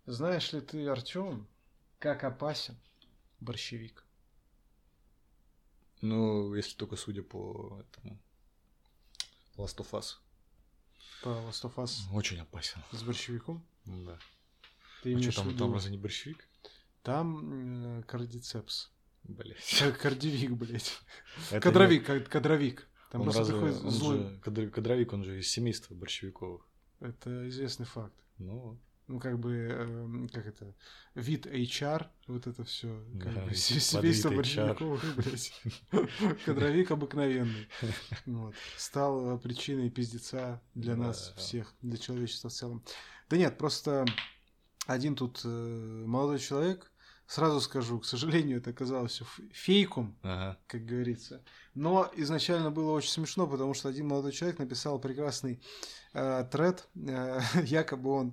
Знаешь ли ты, Артем, как опасен борщевик? Ну, если только судя по этому Last of Us. По Last of Us Очень опасен. с борщевиком? Да. Ты А имеешь что в там, виду? там разве не борщевик? Там кардицепс. Блять. Кардивик, блядь. Это Кадровик. Там Он просто разве, приходит он злой... же, кадровик, он же из семейства борщевиковых. Это известный факт. Ну, Ну, как бы, как это, вид HR, вот это все, как да, бы, подвид семейство HR. борщевиковых, блядь. Кадровик обыкновенный. Вот. Стал причиной пиздеца для нас Да. всех, для человечества в целом. Да нет, просто один тут молодой человек, сразу скажу, к сожалению, это оказалось все фейком, Ага. как говорится. Но изначально было очень смешно, потому что один молодой человек написал прекрасный тред, якобы он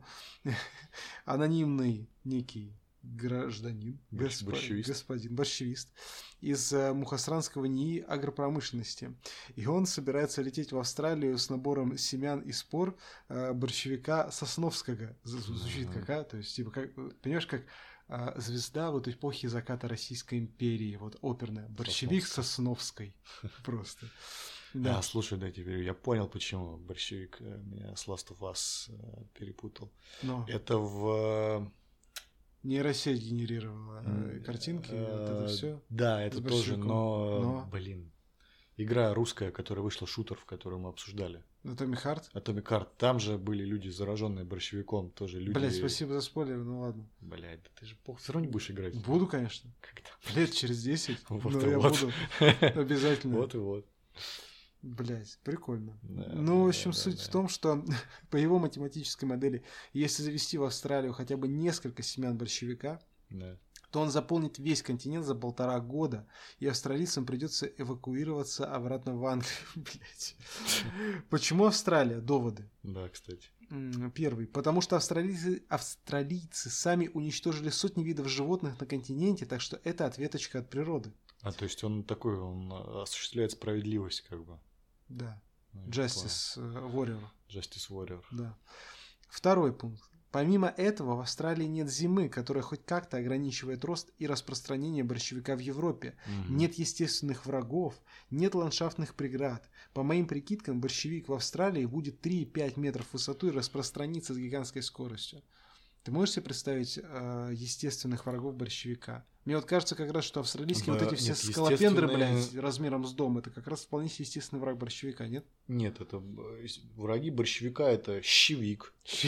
анонимный некий гражданин, Борщевист. господин, борщевист из Мухосранского НИИ агропромышленности. И он собирается лететь в Австралию с набором семян и спор борщевика Сосновского. Звучит как, то есть, типа, как, понимаешь, как звезда вот эпохи заката Российской империи, вот оперная, борщевик Сосновской, просто. Да. Слушай, да, теперь я понял, почему борщевик меня с Last of Us перепутал. Но Это в... нейросеть генерировала картинки, вот это все. Да, это тоже, но... блин, игра русская, которая вышла, шутер, в которой мы обсуждали. Atomic Heart? Atomic Heart. Там же были люди, зараженные борщевиком, тоже люди... Блять, спасибо за спойлер, ну ладно. Блять, да ты же все равно не будешь играть. Буду, конечно. Когда? Лет через 10, Вот но и я вот. буду. Обязательно. Вот и вот. Блять, прикольно. Да, ну, в общем, да, суть да. в том, что по его математической модели, если завести в Австралию хотя бы несколько семян борщевика, Да. то он заполнит весь континент за 1,5 года, и австралийцам придется эвакуироваться обратно в Англию. Блять. Почему Австралия? Доводы. Да, кстати. Первый. Потому что австралийцы сами уничтожили сотни видов животных на континенте, так что это ответочка от природы. То есть он такой, он осуществляет справедливость, как бы. Да. Ну, я Justice Warrior. понял. Justice Warrior. Да. Второй пункт. Помимо этого, в Австралии нет зимы, которая хоть как-то ограничивает рост и распространение борщевика в Европе. Нет естественных врагов, нет ландшафтных преград. По моим прикидкам, борщевик в Австралии будет 3,5 метров в высоту и распространится с гигантской скоростью. Ты можешь себе представить естественных врагов борщевика? Мне вот кажется как раз, что австралийские вот эти все скалопендры, блядь, размером с дом, это как раз вполне себе естественный враг борщевика, нет? Нет, это враги борщевика, это щевик.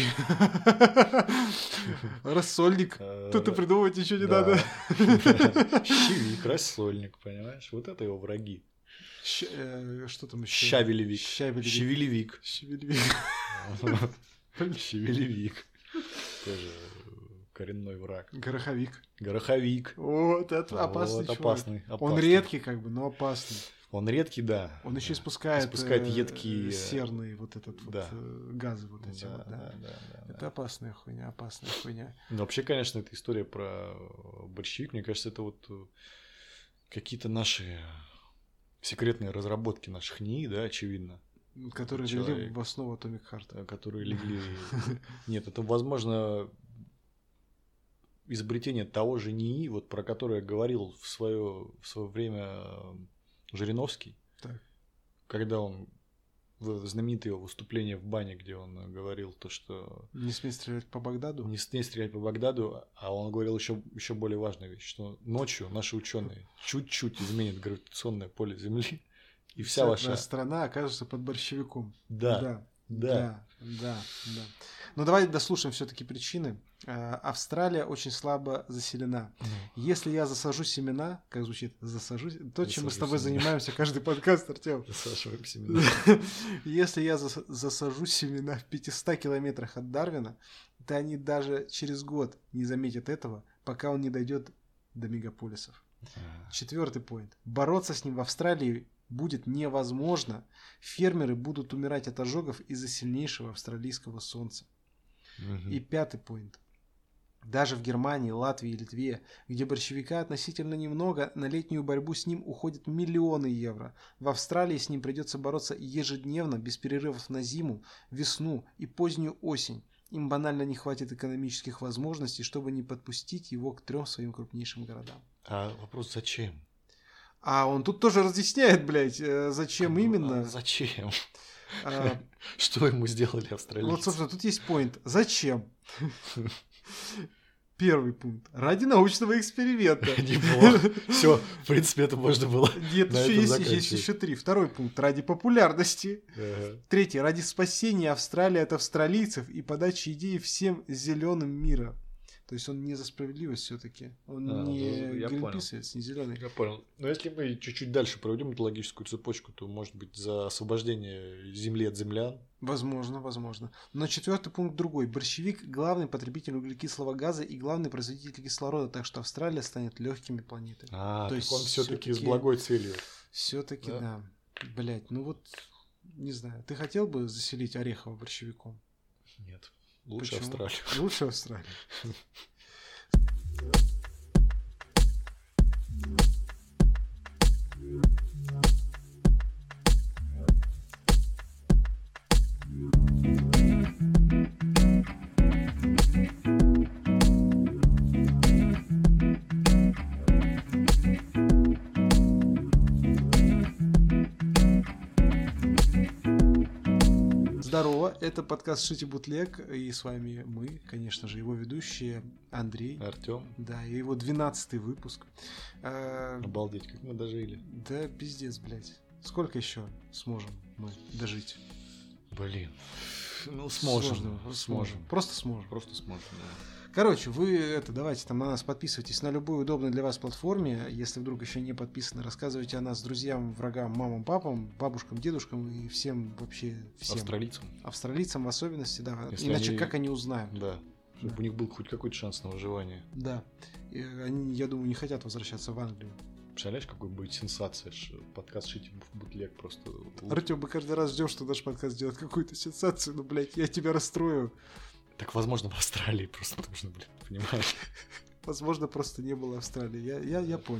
Рассольник. Тут и придумывать ничего не надо. Щевик, рассольник, понимаешь? Вот это его враги. Что там еще? Щавелевик. Щавелевик. Щавелевик. Тоже коренной враг. Гороховик. Вот, это опасный вот, опасный. опасный. Он редкий, как бы, но опасный. Он редкий, да. Он еще испускает едкие серные вот этот да. вот газы вот эти вот, да. Это опасная хуйня. Ну, вообще, конечно, эта история про борщевик, мне кажется, это вот какие-то наши секретные разработки наших НИИ, да, очевидно. Которые легли в основу Atomic Heart. Которые легли... Нет, это, возможно, изобретение того же НИИ, вот про которое говорил в свое время Жириновский, так. Когда он в знаменитое его выступление в бане, где он говорил то, что... Не смей стрелять по Багдаду? Не смей стрелять по Багдаду, а он говорил еще более важную вещь, что ночью наши ученые чуть-чуть изменят гравитационное поле Земли, и вся ваша страна окажется под борщевиком. Да. Ну, давай дослушаем все-таки причины. Австралия очень слабо заселена. Если я засажу семена, как звучит, засажу, чем мы с тобой занимаемся каждый подкаст, Артем. Засаживаем семена. Если я засажу семена в 500 километрах от Дарвина, то они даже через год не заметят этого, пока он не дойдет до мегаполисов. Четвертый поинт. Бороться с ним в Австралии будет невозможно. Фермеры будут умирать от ожогов из-за сильнейшего австралийского солнца. И пятый поинт. Даже в Германии, Латвии и Литве, где борщевика относительно немного, на летнюю борьбу с ним уходят миллионы евро. В Австралии с ним придется бороться ежедневно, без перерывов на зиму, весну и позднюю осень. им банально не хватит экономических возможностей, чтобы не подпустить его к 3 своим крупнейшим городам. А вопрос зачем? А он тут тоже разъясняет, блядь, зачем именно. Зачем? Что ему сделали австралийцы? Вот, собственно, тут есть поинт. Зачем? Первый пункт. Ради научного эксперимента. Неплохо. Все, в принципе, это можно было. Нет, есть еще 3. Второй пункт. Ради популярности. Третий. Ради спасения Австралии от австралийцев и подачи идей всем зеленым мира. То есть он не за справедливость все-таки. Он не гринписовец, не зеленый. Я понял. Но если мы чуть-чуть дальше проведем эту логическую цепочку, то, может быть, за освобождение земли от землян. Возможно. Но 4-й пункт другой. Борщевик – главный потребитель углекислого газа и главный производитель кислорода, так что Австралия станет легкими планетой. То есть он все-таки с благой целью. Все-таки, да. Блять, ну вот, не знаю. Ты хотел бы заселить Орехово борщевиком? Нет. Лучше Австралию. Лучше Австралию. Здорово, это подкаст «Шити бутлег», и с вами мы, конечно же, его ведущие Андрей. Артём. Да, и его 12-й выпуск. Обалдеть, как мы дожили. Да, пиздец, блядь. Сколько еще сможем мы дожить? Блин, ну сможем. Просто сможем. Да. Короче, вы давайте там на нас подписывайтесь на любой удобной для вас платформе. Если вдруг еще не подписаны, рассказывайте о нас друзьям, врагам, мамам, папам, бабушкам, дедушкам и всем вообще всем. Австралийцам в особенности, да. Если иначе как они узнают? Да. Чтобы у них был хоть какой-то шанс на выживание. Да. И они, я думаю, не хотят возвращаться в Англию. Представляешь, какой будет сенсация, подкаст «Шити бутлег» просто... Артём, мы каждый раз ждем, что наш подкаст сделает какую-то сенсацию, но, блядь, я тебя расстрою. Так, возможно, в Австралии просто нужно, блин, понимаешь? Возможно, просто не было Австралии. Я понял.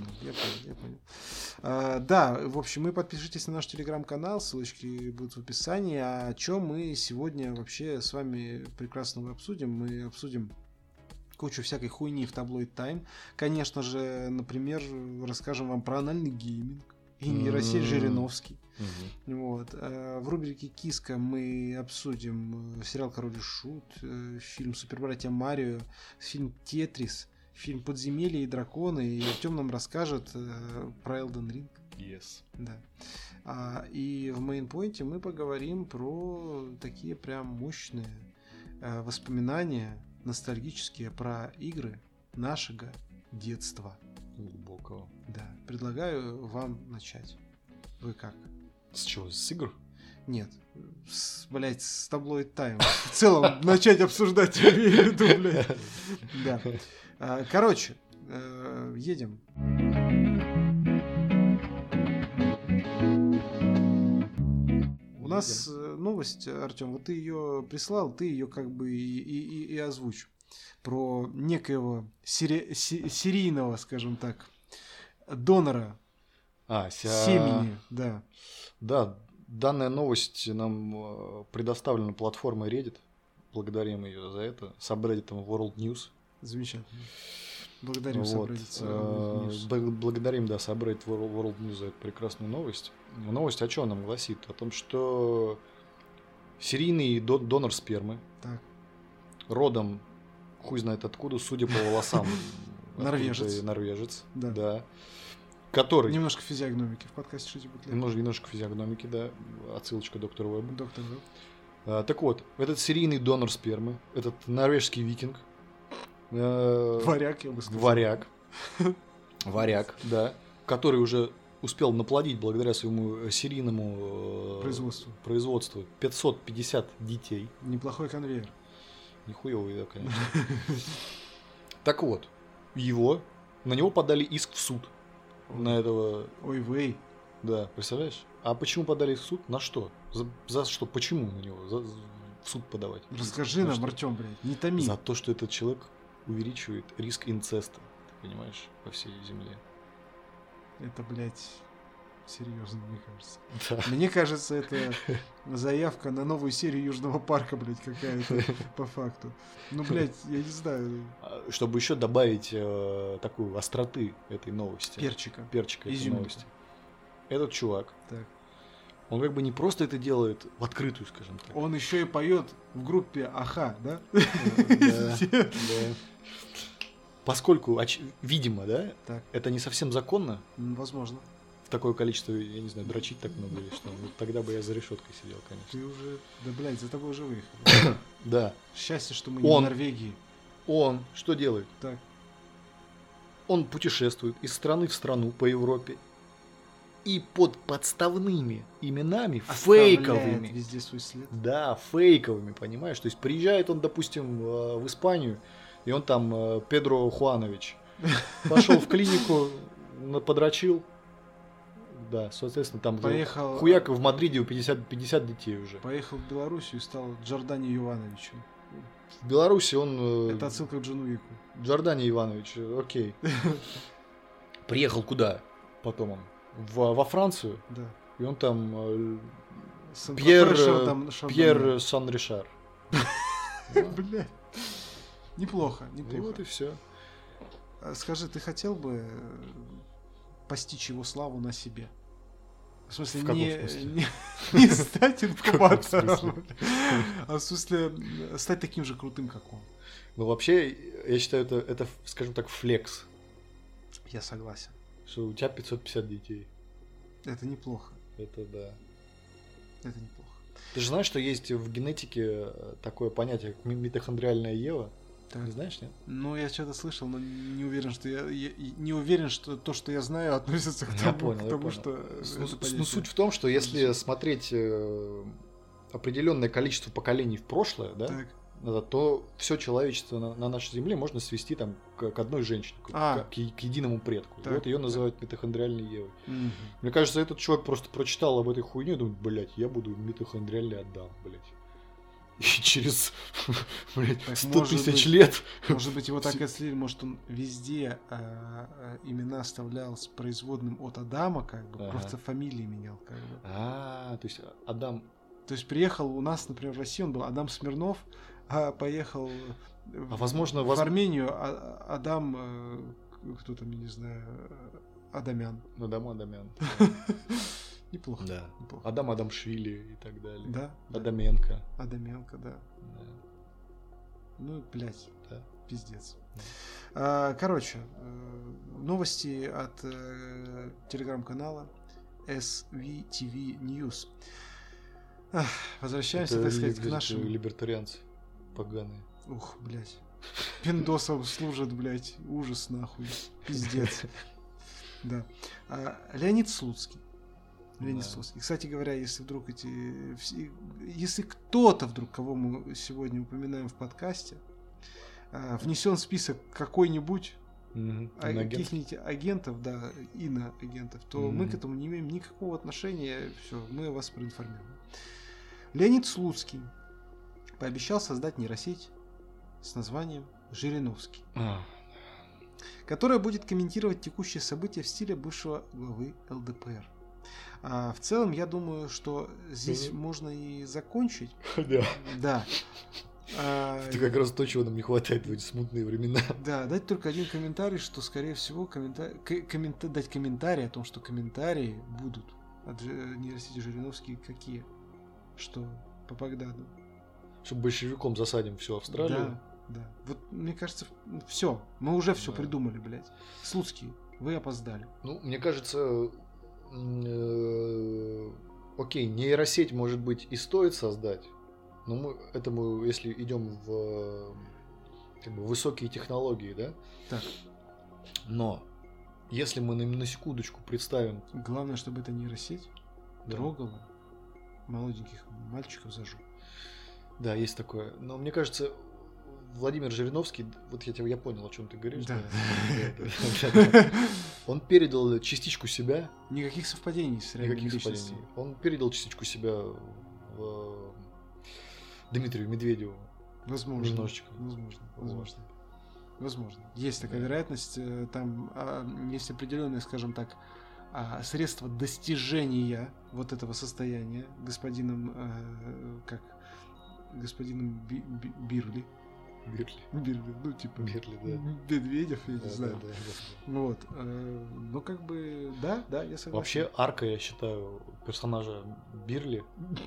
Да, в общем, вы подпишитесь на наш телеграм-канал, ссылочки будут в описании. О чем мы сегодня вообще с вами прекрасно обсудим? Мы обсудим кучу всякой хуйни в таблоид Time. Конечно же, например, расскажем вам про анальный гейминг и нейросеть Жириновский. Вот. В рубрике «Киска» мы обсудим сериал «Король и Шут», фильм «Супербратья Марио», фильм «Тетрис», фильм «Подземелье и драконы», и Артём нам расскажет про Elden Ring. Yes. Да. И в мейнпоинте мы поговорим про такие прям мощные воспоминания, ностальгические, про игры нашего детства. Глубокого. Да. Предлагаю вам начать. Вы как? С чего? С игр? Нет. С таблоид Time. В целом, начать обсуждать, я имею в виду, блядь. Да. Короче, едем. У нас новость, Артём, вот ты ее прислал, ты ее как бы и озвучь. Про некоего серийного, скажем так, донора семени. Да. Да, данная новость нам предоставлена платформой Reddit. Благодарим ее за это. Сабреддитом World News. Замечательно. Благодарим Сабреддит World News. Благодарим, да, Сабреддит World News за эту прекрасную новость. Новость о чем нам гласит? О том, что серийный донор спермы, так, родом хуй знает откуда, судя по волосам, норвежец, да. Который... Немножко физиогномики в подкасте «Шити бутлег». Немножко физиогномики, да. Отсылочка доктора Веба. Доктор Веб. Так вот, этот серийный донор спермы, этот норвежский викинг. Варяг, я бы сказал. Варяг, да. Который уже успел наплодить благодаря своему серийному производству 550 детей. Неплохой конвейер. Нихуёвый, да, конечно. Так вот, на него подали иск в суд. На этого... Ой, вей. Да, представляешь? А почему подали в суд? На что? За что? Почему на него в суд подавать? Расскажи нам, Артём, блядь, не томи. За то, что этот человек увеличивает риск инцеста, ты понимаешь, по всей земле. Это, блядь, серьезно, мне кажется. Да. Мне кажется, это заявка на новую серию Южного парка, блядь, какая-то по факту. Ну, блядь, я не знаю. Чтобы еще добавить такую остроты этой новости. Перчика. Перчика этой Изюминку. новости. Этот чувак, Так. он как бы не просто это делает в открытую, скажем так. Он еще и поет в группе Аха, да? Да. Поскольку, видимо, да, Так, это не совсем законно, возможно. в такое количество, я не знаю, дрочить так много или что. Ну, тогда бы я за решеткой сидел, конечно. Ты уже... Да, блядь, за тобой уже выехали. Да. Счастье, что мы не в Норвегии. Он что делает? Так. Он путешествует из страны в страну по Европе и под подставными именами, фейковыми. Везде свой след. Да, фейковыми, понимаешь? То есть приезжает он, допустим, в Испанию, и он там Педро Хуанович. Пошел в клинику, подрочил. Да, соответственно, там Поехал... хуяк в Мадриде у 50 детей уже. Поехал в Белоруссию и стал Джордани Ивановичем. В Беларуси он... Это отсылка к Джону Уику. Джордани Иванович, окей. Приехал куда? Потом он? Во Францию. Да. И он там... Шардоне. Пьер Сан-Ришар. Блядь. Неплохо, И неплохо. вот и все. Скажи, ты хотел бы постичь его славу на себе? В смысле, В каком смысле? не стать инкубатором, смысле? а в смысле стать таким же крутым, как он. Ну, вообще, я считаю, это, скажем так, флекс. Я согласен. Что у тебя 550 детей. Это неплохо. Это да. Это неплохо. Ты же знаешь, что есть в генетике такое понятие, как митохондриальная Ева? Так. Не знаешь, нет? Ну, я что-то слышал, но не уверен, что я не уверен, что то, что я знаю, относится к Я тому, понял. что... Ну, суть в том, что если смотреть определенное количество поколений в прошлое, да, Так. то все человечество на нашей Земле можно свести там к одной женщине, к единому предку. Так, И вот ее так. называют митохондриальной Евой. Мгм. Мне кажется, этот человек просто прочитал об этой хуйне и думает, блядь, я буду митохондриальный Адам, блядь. И через, блядь, Так, 100 может тысяч быть, лет. Может быть, его так и отследили, может, он везде имена оставлял с производным от Адама, как бы, Ага. просто фамилии менял, как бы. То есть Адам... То есть приехал у нас, например, в России, он был Адам Смирнов, а поехал возможно, в Армению Адам, кто там, я не знаю, Адамян. Адамян. Неплохо. Да. Неплохо. Адам Адамшвили и так далее. Да? Адаменко. Адаменко, да. Да. Ну, блядь, Да. пиздец. Короче, новости от телеграм-канала SVTV News. Возвращаемся, так сказать, к нашим... Либертарианцы поганые. Ух, блядь. Пиндосом служат, блядь. Ужас, нахуй. Пиздец. Да. Леонид Слуцкий. Леонид Слуцкий. Кстати говоря, если вдруг если кто-то вдруг, кого мы сегодня упоминаем в подкасте, внесен в список какой-нибудь каких-нибудь агентов, да, иноагентов, то мы к этому не имеем никакого отношения. Все, мы вас проинформируем. Леонид Слуцкий пообещал создать нейросеть с названием Жириновский, которая будет комментировать текущие события в стиле бывшего главы ЛДПР. В целом, я думаю, что здесь можно и закончить. Да. Да. Это как раз то, чего нам не хватает в эти смутные времена. Да, дать только один комментарий, что, скорее всего, дать комментарий о том, что комментарии будут от нейросети Жириновский какие? Что по Багдаду. Чтобы большевиком засадим всю Австралию. Да. Вот, мне кажется, все. Мы уже все придумали, блядь. Слуцкий, вы опоздали. Ну, мне кажется, окей, нейросеть, может быть, и стоит создать, но мы, если идем в как бы, высокие технологии, да? Так. Но если мы на секундочку представим... Главное, чтобы эта нейросеть трогала молоденьких мальчиков за жопу. Да, есть такое. Но мне кажется, Владимир Жириновский, вот я понял, о чем ты говоришь. Да. Он передал частичку себя. Никаких совпадений с реальными личностями. Он передал частичку себя Дмитрию Медведеву. Возможно. Немножечко. Возможно. Есть такая вероятность. Там есть определенные, скажем так, средство достижения вот этого состояния господином Бирли. Бирли, ну типа Бирли, да. Медведев, я не знаю. Да. Вот. Ну как бы, да, я согласен. Вообще, арка, я считаю, персонажа Бирли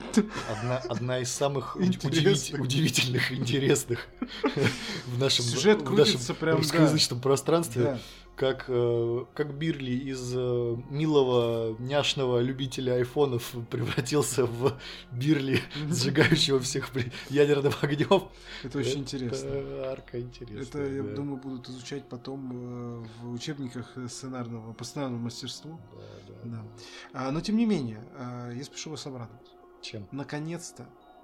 одна из самых удивительных и интересных в нашем русскоязычном пространстве. Как Бирли из милого, няшного любителя айфонов превратился в Бирли, сжигающего всех ядерным огнем. Это очень интересно. Арка интересная. Это, я думаю, будут изучать потом в учебниках по сценарному мастерству. Да. Но тем не менее, я спешу вас обрадовать. Чем? Наконец-то,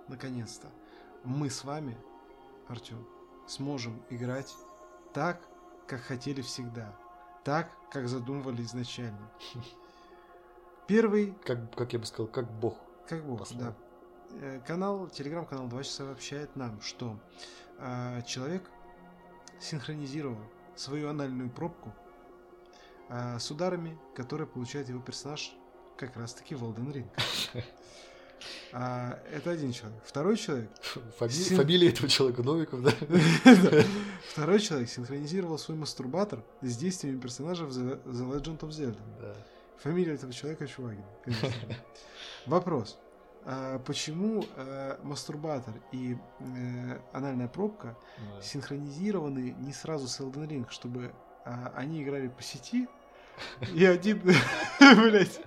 мы с вами, Артём, сможем играть так, как хотели всегда. Так, как задумывали изначально. Первый... Как я бы сказал, как Бог. Как Бог, да. Телеграм-канал 2 часа сообщает нам, что человек синхронизировал свою анальную пробку с ударами, которые получает его персонаж как раз-таки в Elden Ring. Это один человек. Второй человек... Фамилия этого человека Новиков, да? Второй человек синхронизировал свой мастурбатор с действиями персонажа в The Legend of Zelda. Да. Фамилия этого человека Чувагин. Вопрос. Почему мастурбатор и анальная пробка синхронизированы не сразу с Elden Ring, чтобы они играли по сети, и один, блять,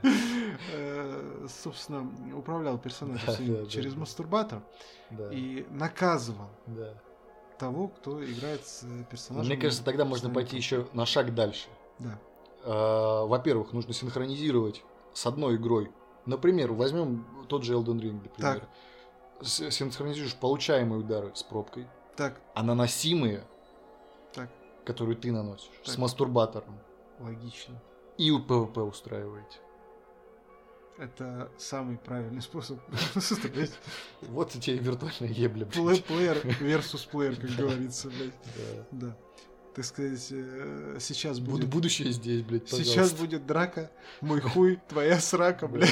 собственно, управлял персонажем через мастурбатор и наказывал того, кто играет с персонажем. Мне кажется, тогда можно пойти еще на шаг дальше. Да. Во-первых, нужно синхронизировать с одной игрой. Например, возьмем тот же Elden Ring, например. Синхронизируешь получаемые удары с пробкой, а наносимые, которые ты наносишь, с мастурбатором. Логично. И у ПВП устраиваете. Это самый правильный способ составлять. Вот у тебя и виртуальная ебля. Плеер versus плеер, как говорится, блядь. Да. Так сказать, сейчас будет... Будущее здесь, блядь, пожалуйста. Сейчас будет драка, мой хуй, твоя срака, блядь.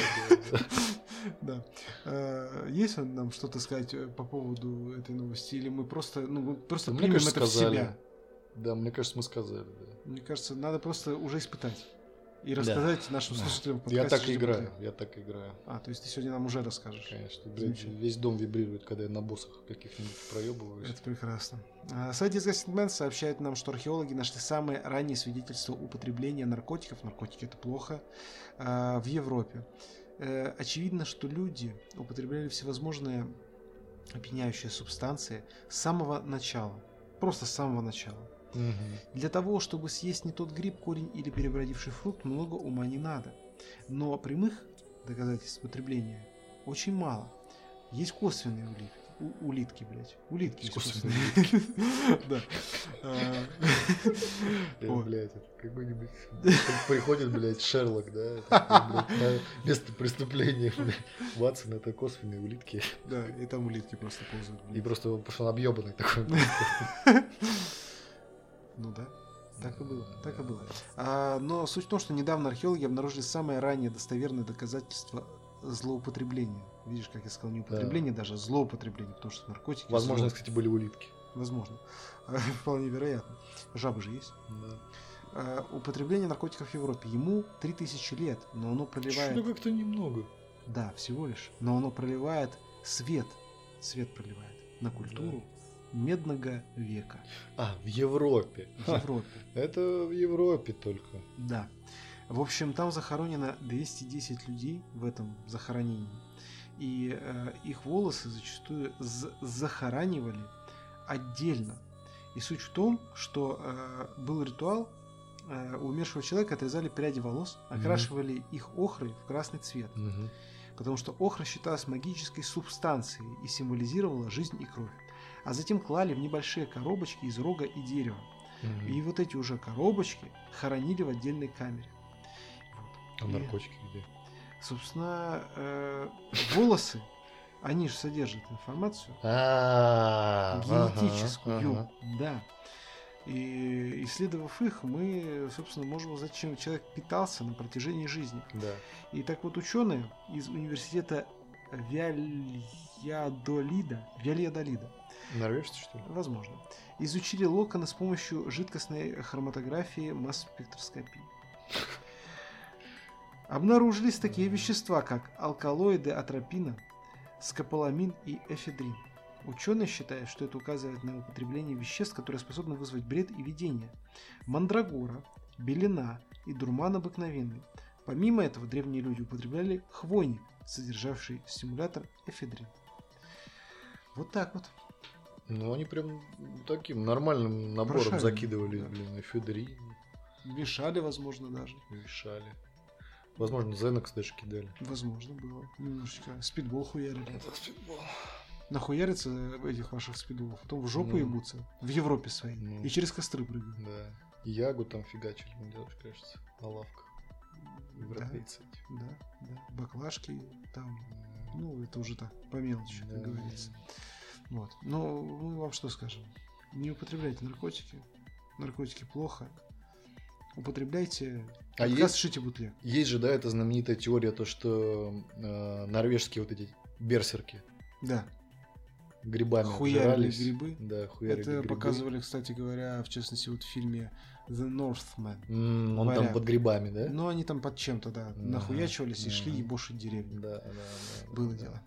Да. Есть нам что-то сказать по поводу этой новости? Или мы просто примем это в себя? Да, мне кажется, мы сказали. Да. Мне кажется, надо просто уже испытать. И рассказать нашим слушателям в подкасте. Я так играю. То есть ты сегодня нам уже расскажешь. Конечно, блядь, весь дом вибрирует, когда я на боссах каких-нибудь проебываюсь. Это прекрасно. Сайт Disgusting Man сообщает нам, что археологи нашли самые ранние свидетельства употребления наркотиков. Наркотики — это плохо. В Европе. Очевидно, что люди употребляли всевозможные опьяняющие субстанции с самого начала. Просто с самого начала. Для того, чтобы съесть не тот гриб, корень или перебродивший фрукт, много ума не надо. Но прямых доказательств потребления очень мало. Есть косвенные улитки, блядь. Улитки есть косвенные. Да. Блядь, это какой-нибудь... Приходит, блядь, Шерлок, да? Место преступления, Ватсон, это косвенные улитки. Да, и там улитки просто ползают. И просто, потому что он объебанный такой. Ну да, так и было. Но суть в том, что недавно археологи обнаружили самое раннее достоверное доказательство злоупотребления. Видишь, как я сказал, не употребление, даже злоупотребление, потому что наркотики... Возможно, кстати, были улитки. Возможно. Вполне вероятно. Жабы же есть. Да. Употребление наркотиков в Европе. Ему 3000 лет, но оно проливает... Что-то как-то немного. Да, всего лишь. Но оно проливает свет. Свет проливает на культуру. Медного века. В Европе. В Европе. Это в Европе только. Да. В общем, там захоронено 210 людей в этом захоронении. И их волосы зачастую захоранивали отдельно. И суть в том, что был ритуал, у умершего человека отрезали пряди волос, окрашивали их охрой в красный цвет. Потому что охра считалась магической субстанцией и символизировала жизнь и кровь. А затем клали в небольшие коробочки из рога и дерева. И вот эти уже коробочки хоронили в отдельной камере. А наркотики где? Собственно, волосы, они же содержат информацию генетическую. Да. И исследовав их, мы, собственно, можем узнать, чем человек питался на протяжении жизни. Да. И так вот ученые из университета Вальядолида, Норвежцы, что ли? возможно, изучили локоны с помощью жидкостной хроматографии масс-спектроскопии. Обнаружились такие вещества, как алкалоиды атропина, скополамин и эфедрин. Ученые считают, что это указывает на употребление веществ, которые способны вызвать бред и видение. Мандрагора, белина и дурман обыкновенный. Помимо этого, древние люди употребляли хвойник, содержавший стимулятор эфедрин. Вот так вот. Ну, они прям таким нормальным набором Прошарили, закидывали, да. блин, эфедрин, Мешали, возможно, даже. вешали. Возможно, Зенокс даже кидали. Возможно, было. Немножечко спидбол хуярили. Это спидбол. Нахуярятся этих ваших спидболов, потом в жопу Ну. ебутся. В Европе своей. Ну. И через костры прыгают. Да. Ягу там фигачили, мне даже кажется, на лавках. Европейцы эти. Да. Баклажки там. Ну, это уже так, по мелочи, как Да. говорится. Вот. Но мы вам что скажем? Не употребляйте наркотики. Наркотики плохо. Употребляйте. А Как есть- сшите бутлег. Есть же, да, эта знаменитая теория, то, что норвежские вот эти берсерки Да. грибами Хуярили обжирались. грибы. Да, хуярили Это грибы. показывали, кстати говоря, в частности, вот в фильме The Northman. Он там Варя. под грибами, да? Но они там под чем-то, да, Ага, нахуячивались и шли ага. ебошить деревню. Да. Было дело.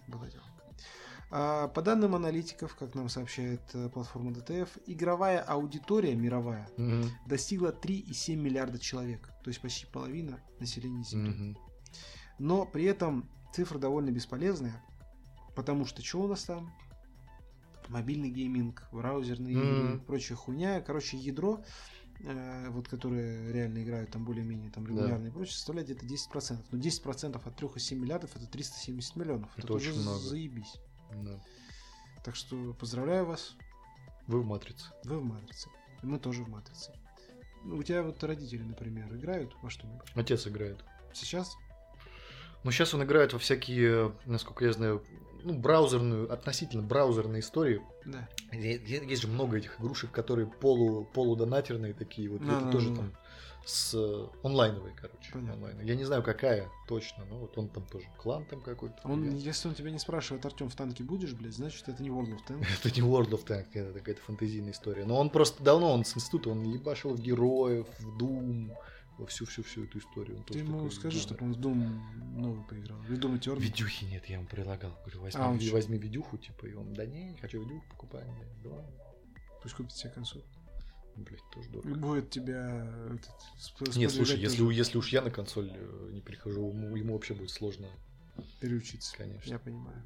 По данным аналитиков, как нам сообщает платформа DTF, игровая аудитория мировая Мгм. достигла 3,7 миллиарда человек, то есть почти половина населения Земли. Мгм. Но при этом цифра довольно бесполезная, потому что что у нас там? Мобильный гейминг, браузерные игры, прочая хуйня. Короче, ядро, вот, которые реально играют там более-менее там регулярно и прочее, составляет где-то 10%. Но 10% от 3,7 миллиардов это 370 миллионов. Это очень уже много. заебись. Да. Так что поздравляю вас, Вы в матрице. вы в матрице. И мы тоже в матрице. Ну, у тебя вот родители, например, играют во что-нибудь? Отец играет. Сейчас? Но сейчас он играет во всякие, насколько я знаю, относительно браузерные истории. Да. Есть же много этих игрушек, которые полудонатерные такие, вот это Да. тоже там с онлайновой, короче. Понятно. Онлайн. Я не знаю, какая точно, но вот он там тоже клан там какой-то. Если он тебя не спрашивает, Артем, в танке будешь, блядь, значит, это не World of Tanks. Это не World of Tanks, это какая-то фантазийная история. Но он просто давно, он с института, он ебашил в героев, в Doom, во всю эту историю. Он Ты тоже ему такой скажи, геймер. чтобы он в Doom новый поиграл. Или Doom Eternal. Видюхи нет, я ему предлагал. Говорю, он возьми, чё? возьми видюху, типа, и он, да не хочу видюху покупать. Да, Пусть купит себе консоль. блять, тоже И дорого. будет тебя... Нет, слушай, сподвигать если уж я на консоль не прихожу, ему вообще будет сложно, тоже переучиться. конечно. Я понимаю.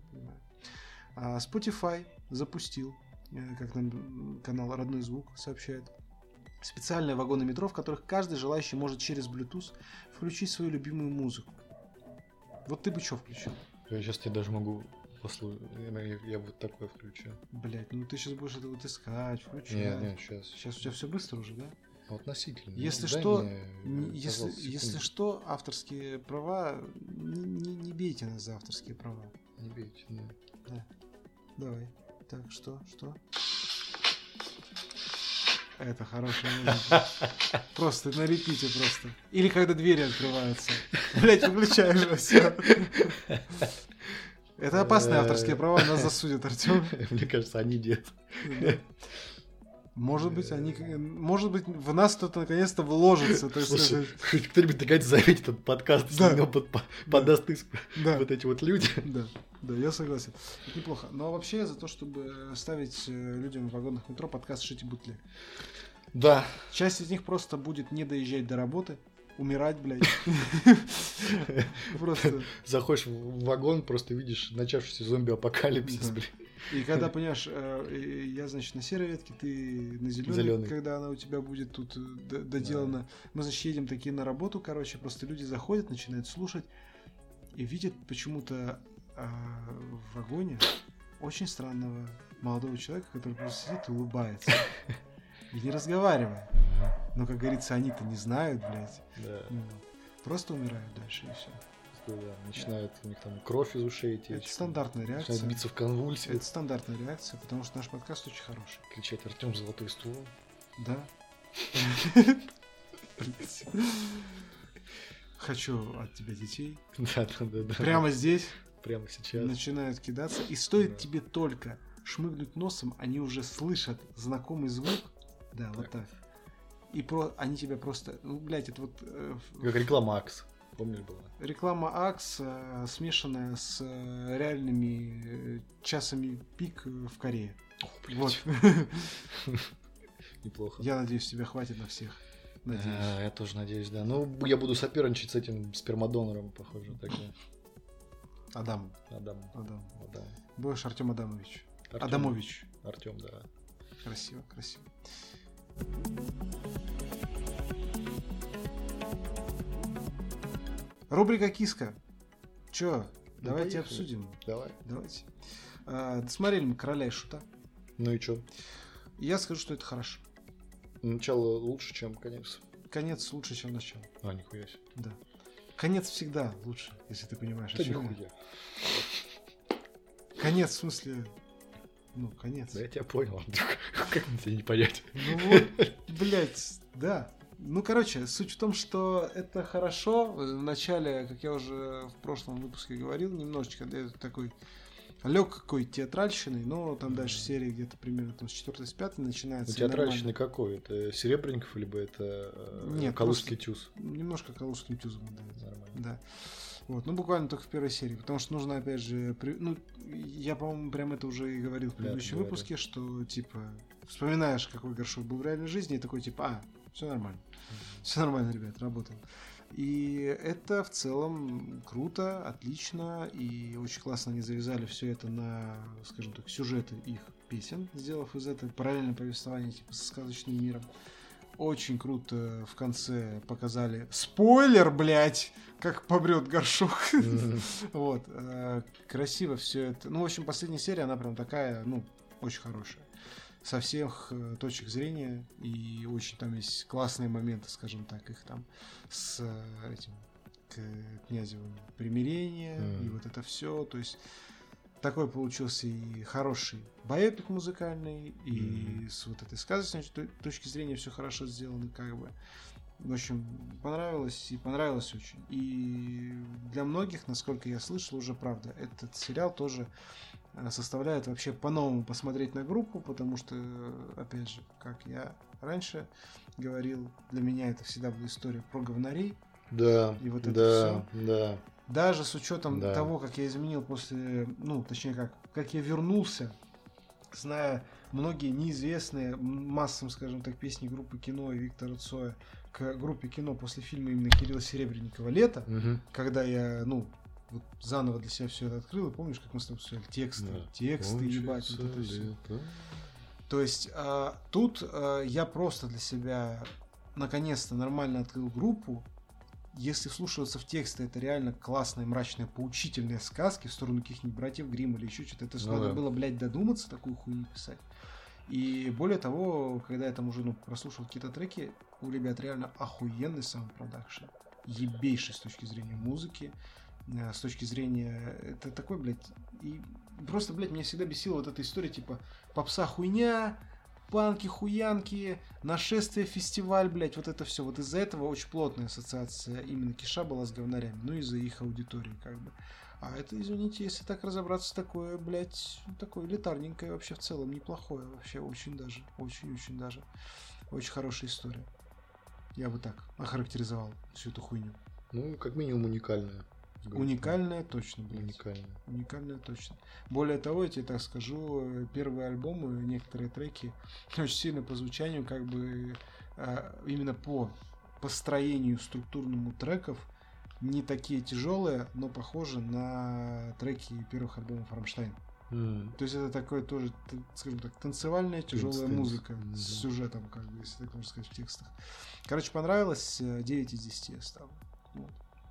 А Spotify запустил, как нам канал Родной Звук сообщает, специальные вагоны метро, в которых каждый желающий может через Bluetooth включить свою любимую музыку. Вот ты бы что включил? Я сейчас тебе даже могу послушать. Я вот такое включу. Блять, ну ты сейчас будешь это вот искать, включать. Нет, сейчас. Сейчас у тебя все быстро уже, да? Относительно. Если Дай что, мне, если пожалуйста, что, авторские права, не бейте нас за авторские права. секунду. Не бейте, да. Давай. Так, что? Это хорошая музыка. Просто на репите просто. Или когда двери открываются. Блять, выключай же все. Это опасные авторские права, нас засудят, Артем. Мне кажется, они нет. Может быть, в нас кто-то наконец-то вложится, так Слушай, сказать. хоть кто-нибудь наконец заметит этот подкаст, Да. если него подаст иск Да. вот эти вот люди. Да, я согласен. Это неплохо. Но вообще я за то, чтобы ставить людям в вагонах метро подкаст «Шити бутлег». Да. Часть из них просто будет не доезжать до работы, умирать, блядь. Просто. Заходишь в вагон, просто видишь начавшийся зомби-апокалипсис, Да. блин. И когда, понимаешь, я, значит, на серой ветке, ты на зеленой, Зелёной. когда она у тебя будет тут доделана. Мы, значит, едем такие на работу, короче, просто люди заходят, начинают слушать и видят почему-то в вагоне очень странного молодого человека, который просто сидит и улыбается. И не разговаривает. Но, как говорится, они-то не знают, блядь. Да. Ну, просто умирают дальше и все. Да, начинает у них там кровь из ушей течь. Это стандартная Начинают реакция. биться в конвульсии, Это стандартная реакция, потому что наш подкаст очень хороший. кричать: Артем, золотой ствол. Да, Хочу от тебя детей. Да. Прямо здесь Прямо сейчас. начинают кидаться. И стоит тебе только шмыгнуть носом, они уже слышат знакомый звук. Да, вот так. И они тебя просто... Ну, блядь, это вот... Как реклама Акс. Помнишь, была? Реклама Акс, смешанная с реальными часами пик в Корее. Вот. Неплохо. Я надеюсь, тебе хватит на всех. Надеюсь. Я тоже надеюсь, да. Ну, я буду соперничать с этим спермодонором, похоже, тогда. Адам. Будешь Артем Адамович. Адамович. Артем, да. Красиво, красиво. Рубрика «Киска». Чё? Давайте обсудим. Давайте. Смотрели мы «Короля и Шута». Ну и чё? Я скажу, что это хорошо. Начало лучше, чем конец. Конец лучше, чем начало. Нихуя себе. Да. Конец всегда лучше, если ты понимаешь. Да нихуя. Конец, в смысле... Ну, конец. Да я тебя понял, Андрюха. Как мне тебя не понять? Ну вот, блядь, да. Ну, короче, суть в том, что это хорошо. Вначале, как я уже в прошлом выпуске говорил, немножечко такой легкой театральщиной, но там дальше серии где-то примерно там, с 4-5 начинается. Театральщины какой? Это Серебренников, либо это Нет, Калужский тюз? Немножко Калужским тюзом. Нормально. Да. Вот, ну буквально только в первой серии, потому что нужно опять же, ну я по-моему прям это уже и говорил в предыдущем выпуске, что типа вспоминаешь, какой Горшок был в реальной жизни, и такой типа, все нормально, все нормально, ребят, работал. И это в целом круто, отлично, и очень классно они завязали все это на, скажем так, сюжеты их песен, сделав из этого параллельное повествование типа со сказочным миром. Очень круто в конце показали спойлер, блять, как помрет Горшок. Вот. Красиво все это. Ну, в общем, последняя серия, она прям такая, ну, очень хорошая. Со всех точек зрения. И очень там есть классные моменты, скажем так, их там с этим Князевым примирение. И вот это все. То есть такой получился и хороший байопик музыкальный, и с вот этой сказочной точки зрения все хорошо сделано, как бы. В общем, понравилось очень. И для многих, насколько я слышал, уже правда, этот сериал тоже составляет вообще по-новому посмотреть на группу, потому что, опять же, как я раньше говорил, для меня это всегда была история про говнарей. Да, и вот это все. Да. Даже с учетом того, как я изменил после, ну, точнее, как я вернулся, зная многие неизвестные массам, скажем так, песни группы Кино и Виктора Цоя к группе Кино после фильма именно Кирилла Серебренникова «Лето», когда я, ну, вот заново для себя все это открыл, и помнишь, как мы с тобой обсуждали тексты, ебать, вот это все. То есть тут я просто для себя наконец-то нормально открыл группу. Если вслушиваться в тексты, это реально классные, мрачные, поучительные сказки в сторону каких-нибудь братьев Гримм или еще что-то. Это надо было, блядь, додуматься такую хуйню писать. И более того, когда я там уже прослушал какие-то треки, у ребят реально охуенный саунд-продакшн. Ебейший с точки зрения музыки, с точки зрения... Это такой, блядь... И просто, блядь, меня всегда бесила вот эта история, типа, попса хуйня... Панки, хуянки, нашествие, фестиваль, блять, вот это все. Вот из-за этого очень плотная ассоциация именно Киша была с говнарями, ну из-за их аудитории, как бы. А это, извините, если так разобраться, такое, блять, такое элитарненькое вообще в целом, неплохое вообще, очень даже, очень-очень даже. Очень хорошая история. Я бы так охарактеризовал всю эту хуйню. Ну, как минимум уникальная. Уникальная точно, блядь. Уникальная точно. Более того, я тебе так скажу, первые альбомы, некоторые треки очень сильно по звучанию, как бы именно по построению структурному треков не такие тяжелые, но похожи на треки первых альбомов Рамштайн. То есть это такое тоже, скажем так, танцевальная тяжелая музыка с сюжетом, как бы, если так можно сказать, в текстах. Короче, понравилось, 9 из 10 я ставлю. Вот.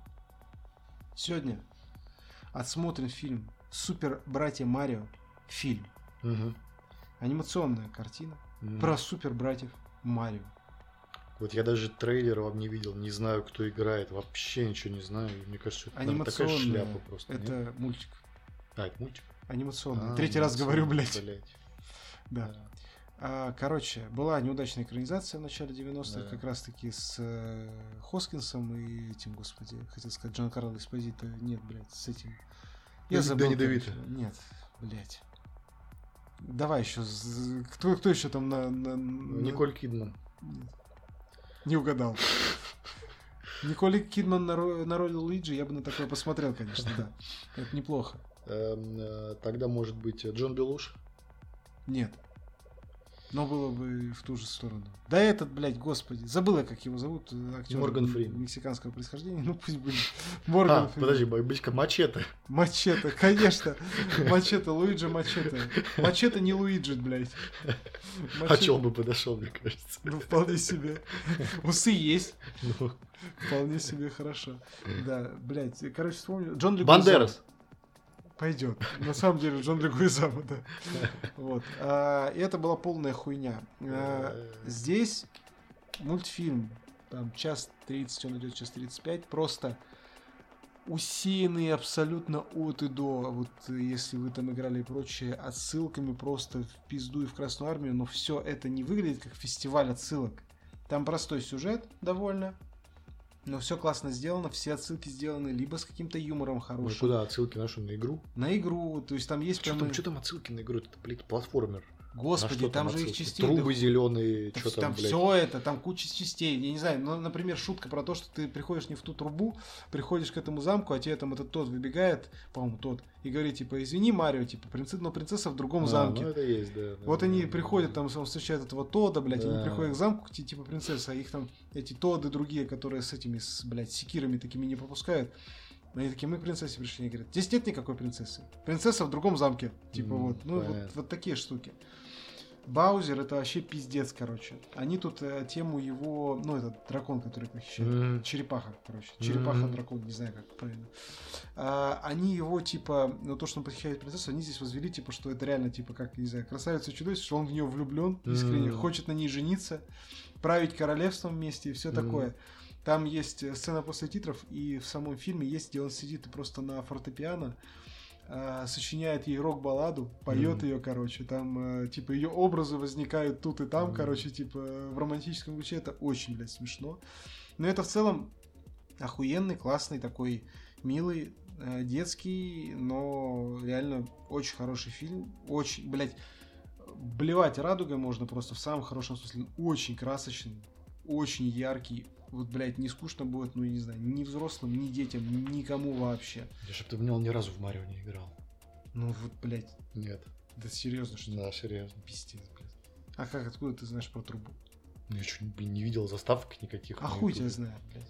Сегодня отсмотрим фильм «Супер братья Марио». Фильм. Анимационная картина про супер братьев Марио. Вот я даже трейлер вам не видел, не знаю, кто играет, вообще ничего не знаю. Мне кажется, это такая шляпа просто. Это нет? Мультик. Это мультик? Анимационный. Третий раз говорю, блядь. Да. Короче, была неудачная экранизация в начале 90-х, Да. как раз-таки с Хоскинсом и этим, господи, хотел сказать, Джан Карло Эспозито. Нет, блядь, с этим. Я забыл. Дэнни Девито. Нет, блядь. Давай еще. Кто еще там Николь Кидман. Нет. Не угадал. Николь Кидман на роли Луиджи, я бы на такое посмотрел, конечно, да. Это неплохо. Тогда, может быть, Джон Белуш? Нет. Но было бы в ту же сторону. Да этот, блядь, господи. Забыла, как его зовут. Актер Морган Фриман. Мексиканского происхождения. Ну пусть будет. Морган Фриман. Подожди, бабичка Мачете. Мачете, конечно. Мачете, Луиджи Мачете. Мачете не Луиджи, блядь. А чё он бы подошел, мне кажется. Ну, вполне себе. Усы есть. Ну. Вполне себе хорошо. Да, блядь. Короче, вспомнил. Джон Легуизамо. Бандерас. Пойдет. На самом деле, Джон Легуизамо, да. Вот. И это была полная хуйня. Здесь мультфильм. Там час 30, он идет час 35. Просто усеянный абсолютно от и до. Вот если вы там играли и прочее, отсылками просто в пизду и в Красную Армию. Но все это не выглядит как фестиваль отсылок. Там простой сюжет довольно. Но все классно сделано, все отсылки сделаны либо с каким-то юмором хорошим. Ну куда отсылки наши на игру? На игру, то есть там есть прям... Что там отсылки на игру? Это, блядь, платформер. Господи, там же их частей... Трубы зеленые, там, что там, блядь. Все это, там куча частей. Я не знаю, ну, например, шутка про то, что ты приходишь не в ту трубу, приходишь к этому замку, а тебе там этот тот выбегает, по-моему, тот, и говорит, типа, извини, Марио, типа, но принцесса в другом замке. Ну это есть, да. Вот они приходят, там, он встречает этого Тода, блядь, Да. они приходят к замку, типа, принцесса, а их там, эти Тоды другие, которые с этими, блядь, секирами такими не пропускают. Они такие, мы к принцессе пришли, они говорят, здесь нет никакой принцессы. Принцесса в другом замке. Типа, вот, ну, вот такие штуки. Баузер это вообще пиздец, короче. Они тут тему его, ну, этот дракон, который похищает. Черепаха, короче. Черепаха-дракон, не знаю, как правильно. Они его, типа, ну, то, что он похищает принцессу, они здесь возвели, типа, что это реально, типа, как, не знаю, красавица и чудовище, что он в нее влюблен искренне, хочет на ней жениться, править королевством вместе и все такое. Там есть сцена после титров, и в самом фильме есть, где он сидит просто на фортепиано, сочиняет ей рок-балладу, поет ее, короче, там, типа, ее образы возникают тут и там, короче, типа, в романтическом ключе, это очень, блядь, смешно. Но это в целом охуенный, классный, такой милый, детский, но реально очень хороший фильм, очень, блядь, блевать радугой можно просто в самом хорошем смысле, очень красочный, очень яркий. Вот, блядь, не скучно будет, ну, я не знаю, ни взрослым, ни детям, никому вообще. Я чтоб ты в него ни разу в Марио не играл. Ну, вот, блядь. Нет. Да серьезно, что ли? Да, серьезно. Пиздец, блядь. А как, откуда ты знаешь про трубу? Ну, я что, блин, не видел заставок никаких. А хуй тебя знает, блядь.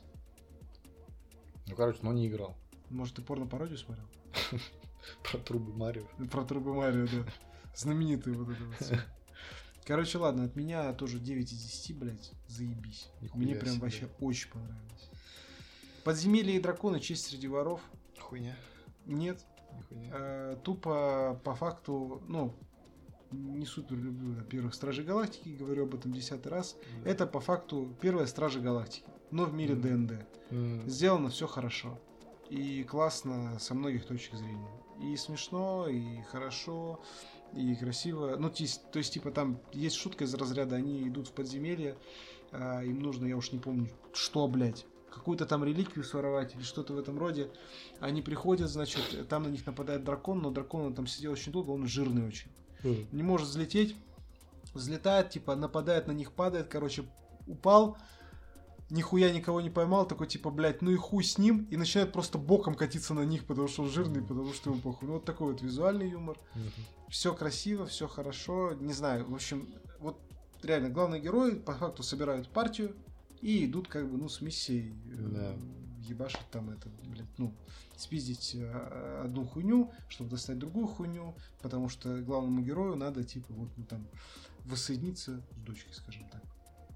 Ну, короче, но не играл. Может, ты порно-пародию смотрел? Про трубы Марио. Про трубы Марио, да. Знаменитый вот это вот всё. Короче, ладно, от меня тоже 9 из 10, блядь, заебись. Нихуя Мне прям себе. вообще очень понравилось. Подземелье и драконы, честь среди воров. Хуйня. Нет. Нихуя. Тупо по факту, ну, не супер люблю первых Стражей Галактики, говорю об этом 10-й раз. Да. Это по факту первая Стражи Галактики, но в мире ДНД. Сделано все хорошо. И классно со многих точек зрения. И смешно, и хорошо, и красиво. Ну, то есть, типа, там есть шутка из разряда, они идут в подземелье, им нужно, я уж не помню, что, блядь, какую-то там реликвию своровать или что-то в этом роде. Они приходят, значит, там на них нападает дракон, но дракон, он там сидел очень долго, он жирный очень. Не может взлететь, взлетает, типа, нападает на них, падает, короче, упал, нихуя никого не поймал, такой, типа, блядь, ну и хуй с ним, и начинает просто боком катиться на них, потому что он жирный, потому что ему похуй. Ну, вот такой вот визуальный юмор. Все красиво, все хорошо, не знаю, в общем, вот реально, главные герои по факту собирают партию и идут, как бы, ну, с миссией ебашить там это, блядь, ну, спиздить одну хуйню, чтобы достать другую хуйню, потому что главному герою надо, типа, вот, ну, там, воссоединиться с дочкой, скажем так.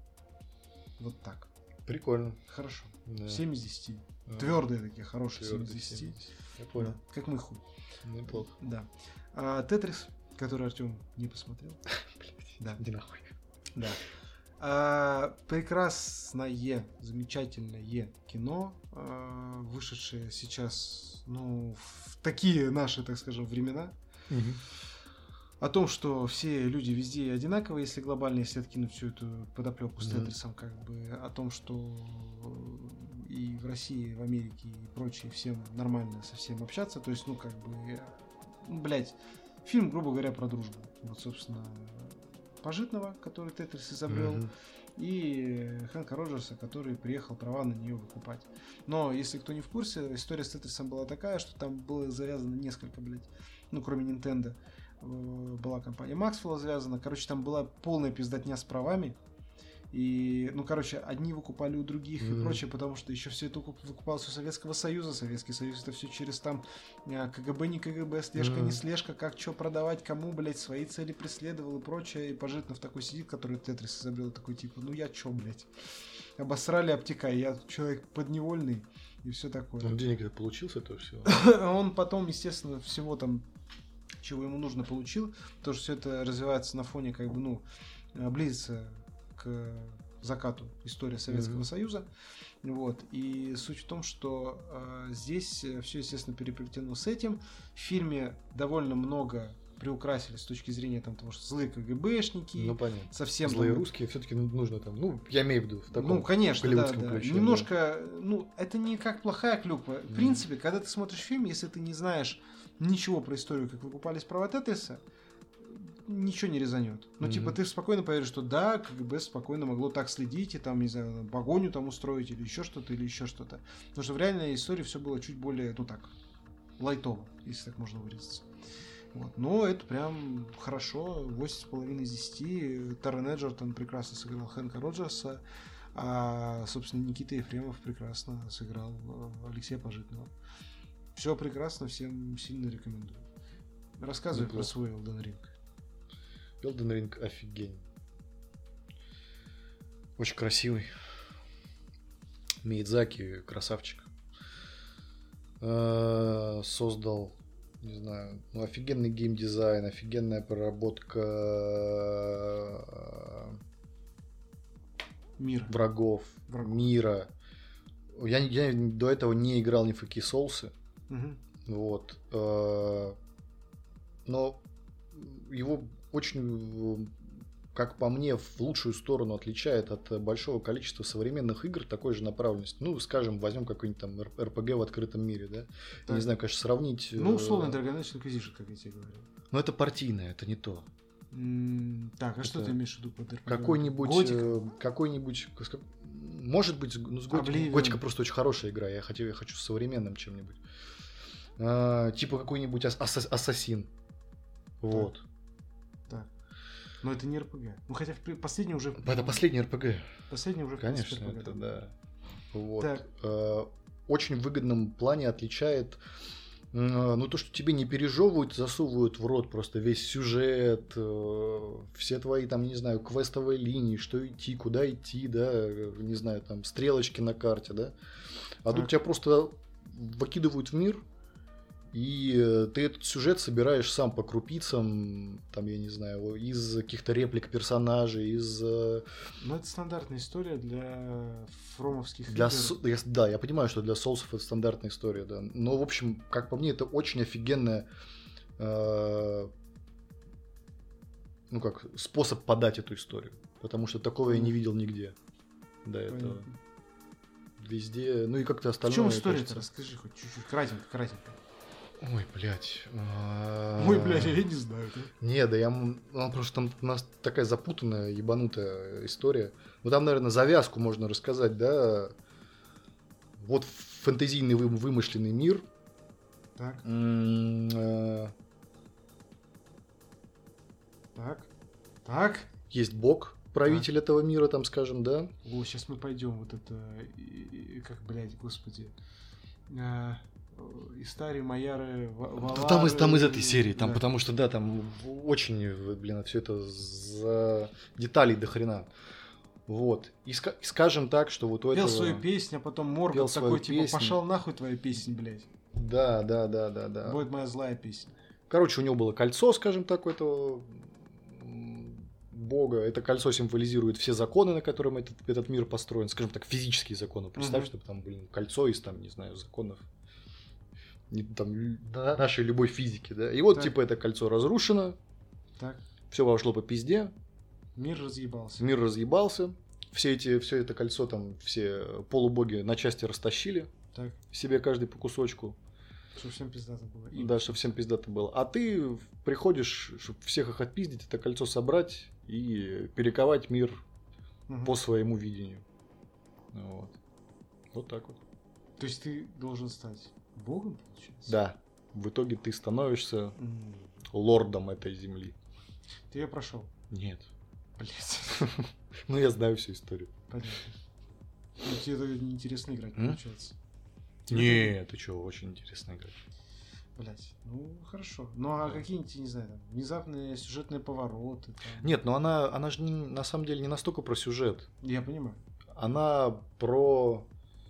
Вот так. Прикольно. Хорошо. Да. 7 из 10. Твердые такие, хорошие 7 из 10. Я понял. Да. Как мой хуй. Неплохо. Да. Тетрис, который Артем не посмотрел. Да. Иди нахуй. Да. Прекрасное, замечательное кино, вышедшее сейчас, ну, в такие наши, так скажем, времена. о том, что все люди везде одинаковые, если глобально, если откинуть всю эту подоплеку с Тетрисом, как бы, о том, что и в России, и в Америке, и прочее, всем нормально со всем общаться, то есть, ну, как бы, блядь, фильм, грубо говоря, про дружбу. Вот, собственно, Пожитного, который Тетрис изобрел, и Хэнка Роджерса, который приехал права на нее выкупать. Но, если кто не в курсе, история с Тетрисом была такая, что там было завязано несколько, блядь, ну, кроме Nintendo, была компания Maxwell завязана. Короче, там была полная пиздатня с правами. И, ну, короче, одни выкупали у других и прочее, потому что еще все это выкупалось у Советского Союза. Советский Союз это все через там КГБ, не КГБ, слежка, не слежка, как что продавать, кому, блядь, свои цели преследовал и прочее. И Пожитнов такой сидит, который Тетрис изобрел, такой типа, ну я чё, блядь, обосрали, обтекай, я человек подневольный и все такое. Он денег получил с этого всего? Он потом, естественно, всего там, чего ему нужно, получил. Потому что все это развивается на фоне, как бы, ну, близится к закату истории Советского Союза. Вот. И суть в том, что здесь все, естественно, переплетено с этим. В фильме довольно много приукрасили с точки зрения там, того, что злые КГБшники. Ну, понятно. Совсем злые там... русские все-таки нужно там, ну, я имею в виду, в таком ну, конечно, да, ключе. Немножко, ну, это не как плохая клюква. В принципе, когда ты смотришь фильм, если ты не знаешь ничего про историю, как выкупались права Тетриса, ничего не резанет. Ну, типа, ты спокойно поверишь, что да, КГБ спокойно могло так следить, и там, не знаю, погоню там устроить, или еще что-то, или еще что-то. Потому что в реальной истории все было чуть более, ну так, лайтово, если так можно выразиться. Вот. Но это прям хорошо, 8,5 из 10. Таран Эджертон прекрасно сыграл Хэнка Роджерса, а, собственно, Никита Ефремов прекрасно сыграл Алексея Пожитного. Все прекрасно, всем сильно рекомендую. Рассказывай про свой Elden Ring. Elden Ring офигень. Очень красивый. Миядзаки красавчик. Создал, не знаю, ну, офигенный геймдизайн, офигенная проработка врагов, мира. Я до этого не играл ни в какие соусы. Вот. Но его очень, как по мне, в лучшую сторону отличает от большого количества современных игр такой же направленности. Ну, скажем, возьмем какой-нибудь там РПГ в открытом мире, да? Я не знаю, конечно, сравнить... Ну, условно, Dragon Age Inquisition, как я тебе говорил. Но это партийное, это не то. Так, а это что ты имеешь в виду под РПГ? Какой-нибудь... Может быть, ну, с Готика. Готика просто очень хорошая игра, я хочу с современным чем-нибудь. Типа какой-нибудь Ассасин. Вот. Так. Но это не РПГ. Ну, хотя последний уже... Это последний РПГ. Последний уже, конечно, РПГ, это да. Вот. Так. Очень в выгодном плане отличает, ну, то, что тебе не пережевывают, засовывают в рот просто весь сюжет, все твои, там, не знаю, квестовые линии, что идти, куда идти, да, не знаю, там, стрелочки на карте, да. А тут тебя просто выкидывают в мир, и ты этот сюжет собираешь сам по крупицам, там, я не знаю, из каких-то реплик персонажей, из... Ну, это стандартная история для фромовских игр. Да, я понимаю, что для соусов это стандартная история, да. Но, в общем, как по мне, это очень офигенная, ну, как, способ подать эту историю. Потому что такого я не видел нигде до этого. Везде, ну и как-то остальное... В чем история-то? Расскажи хоть чуть-чуть, кратенько. Ой, блядь. Ой, блядь, я не знаю. Не, да потому что там у нас такая запутанная, ебанутая история. Ну, там, наверное, завязку можно рассказать, да. Вот фэнтезийный вымышленный мир. Так. Так. Есть бог, правитель этого мира, там, скажем, да. О, сейчас мы пойдем вот это... Как, блядь, господи... Истари, Майяры, Валары... Там из этой серии, там, да. Потому что, да, там очень, блин, все это за деталей до хрена. Вот. И скажем так, что вот у этого... Пел свою песню, а потом Морган такой, типа, пошел нахуй твоя песня, блядь. Да. Будет моя злая песня. Короче, у него было кольцо, скажем так, у этого бога. Это кольцо символизирует все законы, на котором этот мир построен. Скажем так, физические законы. Представь, чтобы там, блин, кольцо из, там, не знаю, законов. Там, нашей любой физики, да. И вот, типа, это кольцо разрушено. Так. Все пошло по пизде. Мир разъебался. Мир разъебался. Все это кольцо там, все полубоги на части растащили. Так. Себе каждый по кусочку. Чтобы всем пиздато было. Да, чтобы всем пиздато было. А ты приходишь, чтобы всех их отпиздить, это кольцо собрать и перековать мир по своему видению. Вот. Вот так вот. То есть ты должен стать богом, получается? Да. В итоге ты становишься лордом этой земли. Ты ее прошел? Нет. Блять. Ну, я знаю всю историю. Понятно. Ну, тебе это неинтересно играть, получается. Нет, ты что, очень интересно играть. Блять, ну хорошо. Ну а какие-нибудь, не знаю, там, внезапные сюжетные повороты? Там... Нет, но она же на самом деле не настолько про сюжет. Я понимаю. Она про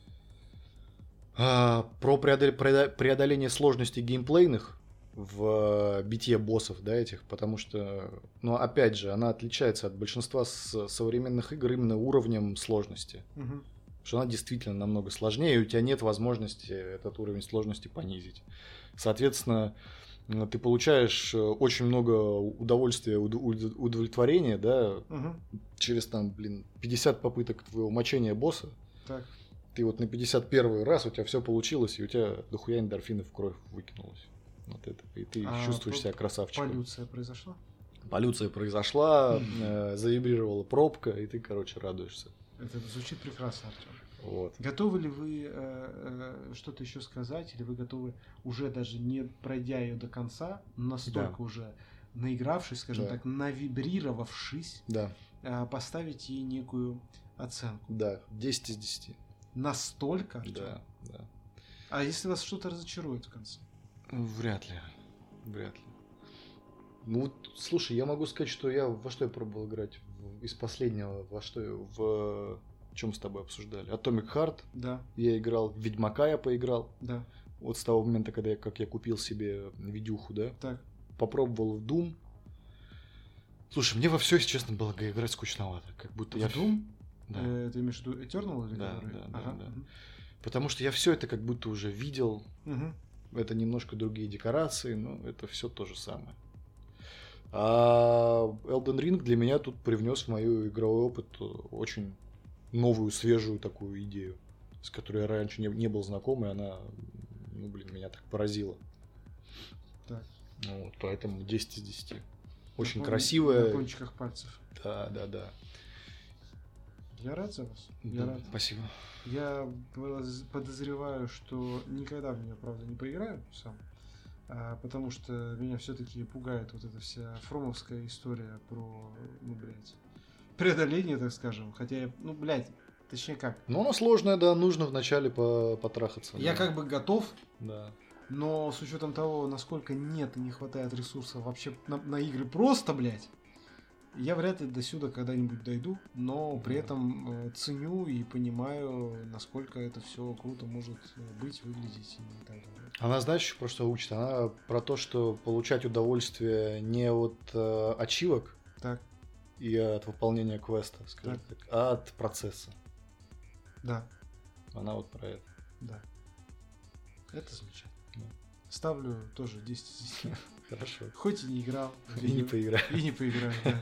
преодоление сложностей геймплейных в битье боссов, да, этих, потому что, ну, опять же, она отличается от большинства современных игр именно уровнем сложности. Угу. Потому что она действительно намного сложнее, и у тебя нет возможности этот уровень сложности понизить. Соответственно, ты получаешь очень много удовольствия, удовлетворения, да, через там, 50 попыток твоего мочения босса. Так. Ты вот на 51 раз у тебя все получилось, и у тебя дохуя эндорфинов в кровь выкинулось. Вот это. И ты чувствуешь себя красавчиком. Полюция произошла? Полюция произошла, завибрировала пробка, и ты, короче, радуешься. Это звучит прекрасно, Артем. Вот. Готовы ли вы что-то еще сказать, или вы готовы уже даже не пройдя ее до конца, настолько уже наигравшись, скажем так, навибрировавшись, поставить ей некую оценку? Да, 10 из 10. Настолько? Артем? Да, да. А если вас что-то разочарует в конце? Вряд ли. Ну вот, слушай, я могу сказать, что во что я пробовал играть из последнего, в чем с тобой обсуждали? Atomic Heart. Да. Я играл, в Ведьмака я поиграл. Да. Вот с того момента, когда я купил себе видюху, да? Так. Попробовал в Doom. Слушай, мне во все, если честно, было играть скучновато. Как будто в я... Doom? Да. Ты имеешь в виду Eternal или да, который? Да. Потому что я все это как будто уже видел. Это немножко другие декорации, но это все то же самое. А Elden Ring для меня тут привнес в мою игровой опыт очень новую, свежую такую идею, с которой я раньше не был знаком, и она, меня так поразила. Так. Вот, поэтому 10 из 10. Очень красивая. На кончиках пальцев. Да. Я рад за вас. Я рад. Спасибо. Я подозреваю, что никогда в нее, правда, не поиграю сам. Потому что меня все-таки пугает вот эта вся фромовская история про, преодоление, так скажем. Хотя я, точнее как. Ну, оно сложное, да, нужно вначале потрахаться. Я как бы готов. Да. Но с учетом того, насколько нет и не хватает ресурсов вообще на игры просто, я вряд ли до сюда когда-нибудь дойду, но при этом ценю и понимаю, насколько это все круто может быть, выглядеть и так далее. Она, знаешь, про что учит? Она про то, что получать удовольствие не от ачивок и от выполнения квеста, скажем так, а от процесса. Да. Она вот про это. Да. Это замечательно. Да. Ставлю тоже 10 из 10. Хорошо. Хоть и не играл. И не поиграл. И не поиграл, да.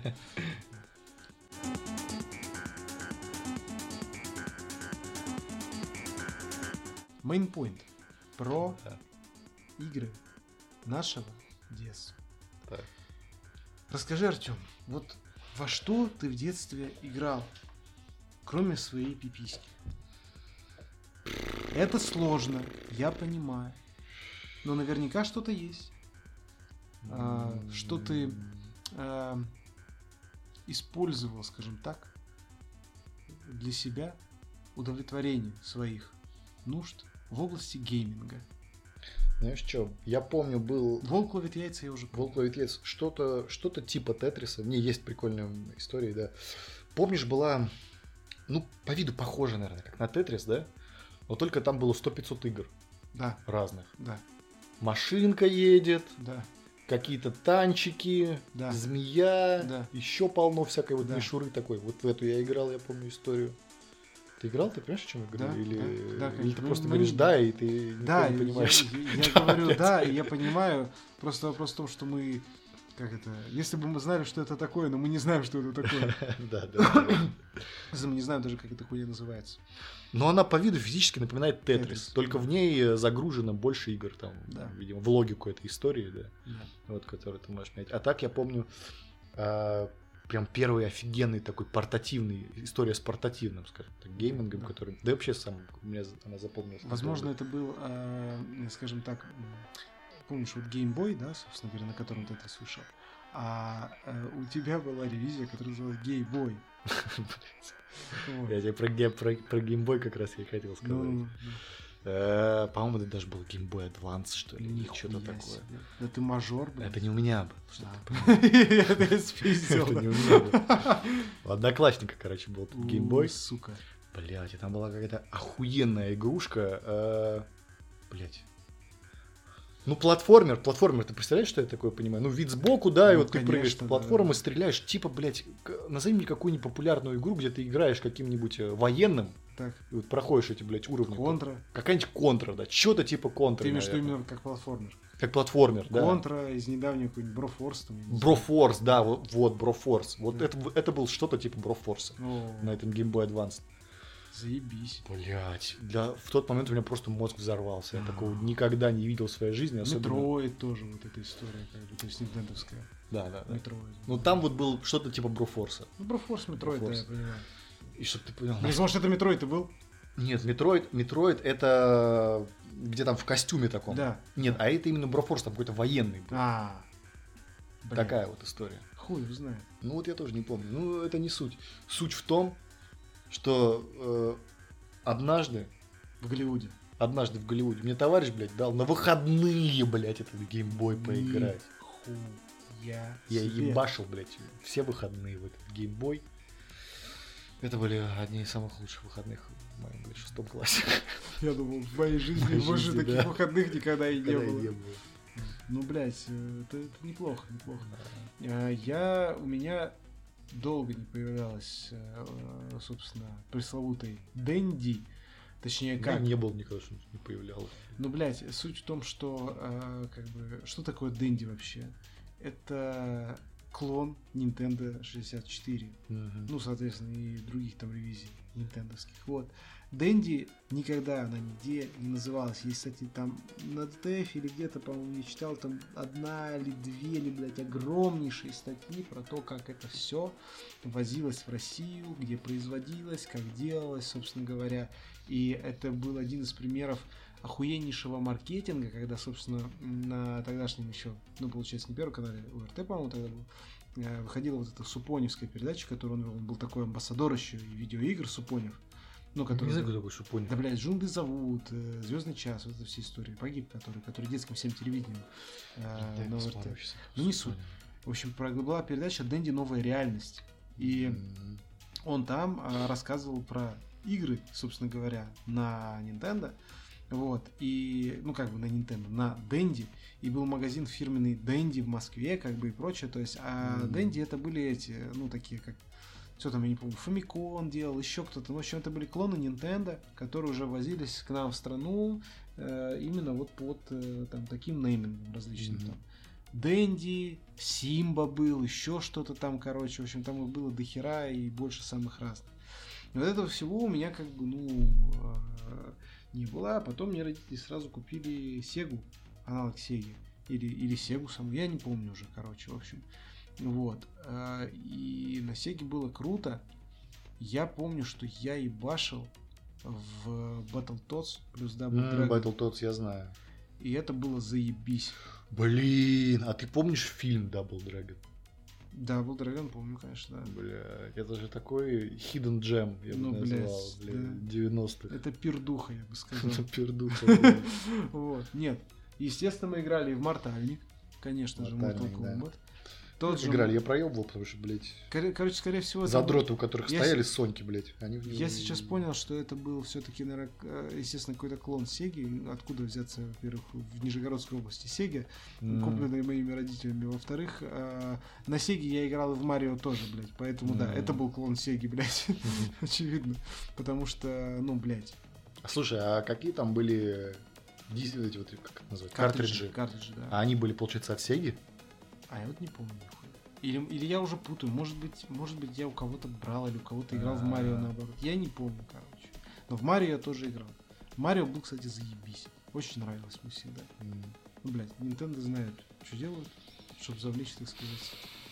Мейнпоинт. Про игры нашего детства. Так. Расскажи, Артем, вот во что ты в детстве играл, кроме своей пиписьки? Это сложно, я понимаю. Но наверняка что-то есть. Что ты использовал, скажем так, для себя удовлетворение своих нужд в области гейминга. Знаешь что, я помню, был... Волк ловит яйца, я уже помню. Волк ловит яйца. Что-то типа Тетриса. В ней есть прикольная история, да. Помнишь, была, по виду похожа, наверное, как на Тетрис, да? Но только там было 100-500 игр. Да. Разных. Да. Машинка едет. Да. Какие-то танчики. Да. Змея. Да. Еще полно всякой вот мишуры такой. Вот в эту я играл, я помню историю. Ты играл? Ты понимаешь, о чем я говорю? Да, Или ты просто говоришь «да», и ты не понимаешь? Я говорю «да», и я понимаю. Просто вопрос в том, что мы Как это? Если бы мы знали, что это такое, но мы не знаем, что это такое. Да. Мы не знаем даже, как эта хуйня называется. Но она по виду физически напоминает Тетрис. Только в ней загружено больше игр, там, видимо, в логику этой истории, вот, которую ты можешь менять. А так я помню прям первый офигенный такой портативный, история с портативным, скажем так, геймингом, который... Да и вообще сам, у меня она запомнилась. Возможно, это был, скажем так, помнишь, вот Game Boy, да, собственно говоря, на котором Тетрис вышел, а у тебя была ревизия, которая называлась Gay Boy. Я тебе про Game Boy как раз я хотел сказать. По-моему, это даже был Game Boy Advance, что ли, что-то такое. Да ты мажор, блин. Это не у меня был. Это спиздил. Это не у меня был. У одноклассника, короче, был Game Boy. Сука. Блять, и там была какая-то охуенная игрушка. Блять. Ну, платформер, ты представляешь, что я такое понимаю? Ну, вид сбоку, да, и вот ты прыгаешь по платформу и стреляешь. Типа, блядь, назови мне какую-нибудь популярную игру, где ты играешь каким-нибудь военным, так. И вот проходишь эти, блядь, уровни. Контра. Какая-нибудь контра, да, что-то типа контра. Ты имеешь в виду именно как платформер? Как платформер, да. Контра из недавнего какой-нибудь Брофорс. Брофорс, да, вот Брофорс. Вот это был что-то типа Брофорса на этом Game Boy Advance. Заебись. Блять. В тот момент у меня просто мозг взорвался. Я такого никогда не видел в своей жизни. Метроид тоже вот эта история, как бы, то есть нинтендовская. Да. Метроид. Ну там вот был что-то типа Брофорса. Ну, Брофорс, Метроид, да, я понимаю. И чтоб ты понял. Не знал, что это Метроид и был? Нет, Метроид это где там в костюме таком. Да. Нет, а это именно Брофорс, там какой-то военный был. Такая вот история. Хуй знает. Ну вот я тоже не помню. Ну это не суть. Суть в том, что однажды в Голливуде мне товарищ, блядь, дал на выходные, блядь, этот геймбой поиграть. Я ебашил, блядь, все выходные в этот геймбой. Это были одни из самых лучших выходных в моем, блядь, 6 классе. Я думал, в моей жизни больше таких выходных никогда и не было. Ну, блядь, это неплохо. У меня долго не появлялась, собственно, пресловутой Дэнди. Точнее, как? Не было никогда, что не появлялось. Ну, блядь, суть в том, что, что такое Дэнди вообще? Это клон Nintendo 64. Ну, соответственно, и других там ревизий нинтендовских. Вот. Дэнди никогда она нигде не называлась. Есть, кстати, там на DTF или где-то, по-моему, я читал там 1 или 2, или, блядь, огромнейшие статьи про то, как это все возилось в Россию, где производилось, как делалось, собственно говоря. И это был один из примеров охуеннейшего маркетинга, когда, собственно, на тогдашнем еще, ну, получается, не первом канале, УРТ, по-моему, тогда был, выходила вот эта Супоневская передача, которую он был такой амбассадор еще и видеоигр Супонев. Ну, который, не знаю, кто такой Супонев. Да, блядь, Джунды зовут, Звездный час, вот это все истории. Погиб, который детским всем телевидением на УРТ. Ну, не суть. В общем, была передача «Дэнди. Новая реальность». И он там рассказывал про игры, собственно говоря, на Nintendo. Вот, и, ну, как бы на Nintendo, на Dendy, и был магазин фирменный Dendy в Москве, как бы, и прочее, то есть, а Dendy это были эти, ну, такие, как, что там, я не помню, Famicom делал, еще кто-то, ну, в общем, это были клоны Nintendo, которые уже возились к нам в страну, именно вот под, там, таким неймингом различным, там, Dendy, Симба был, еще что-то там, короче, в общем, там их было дохера и больше самых разных. И вот этого всего у меня, как бы, ну, не было, а потом мне родители сразу купили Сегу, аналог Сеги, или Сегу саму, я не помню уже, короче, в общем, вот, и на Сеге было круто, я помню, что я ебашил в Battletoads плюс Double Dragon. Battletoads я знаю. И это было заебись. Блин, а ты помнишь фильм Double Dragon? Double Dragon помню, конечно, да. Бля, это же такой hidden gem, я бы назвал, бля, 90-х. Это пердуха, я бы сказал. Это пердуха. Вот, нет. Естественно, мы играли и в Мортальник, конечно же, Mortal Kombat. Тот же играли, я проебывал, потому что, блядь, короче, скорее всего... задроты, у которых стояли Соньки, блядь. Я сейчас понял, что это был все-таки, наверное, естественно, какой-то клон Сеги. Откуда взяться, во-первых, в Нижегородской области Сеги, купленные моими родителями. Во-вторых, на Сеге я играл и в Марио тоже, блядь. Поэтому, да, это был клон Сеги, блядь. Очевидно. Потому что, ну, блядь. Слушай, а какие там были эти вот, как это называется, картриджи? Картриджи, да. А они были, получается, от Сеги? А я вот не помню нихуя. Или я уже путаю. Может быть, я у кого-то брал, или у кого-то играл в Марио наоборот. Я не помню, короче. Но в Марио я тоже играл. Марио был, кстати, заебись. Очень нравилось мне всегда. Ну, блядь, Nintendo знают, что делают, чтобы завлечь, так сказать,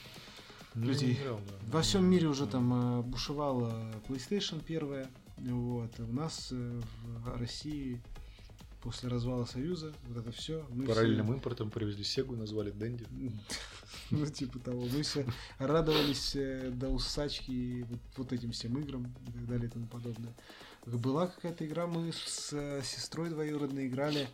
людей. Играл, да. Во всем мире уже там бушевала PlayStation первая. Вот. У нас в России после развала Союза вот это все. Параллельным импортом привезли Сегу, назвали Дэнди. Ну, типа того. Мы все радовались до усачки вот этим всем играм и так далее и тому подобное. Была какая-то игра, мы с сестрой двоюродной играли.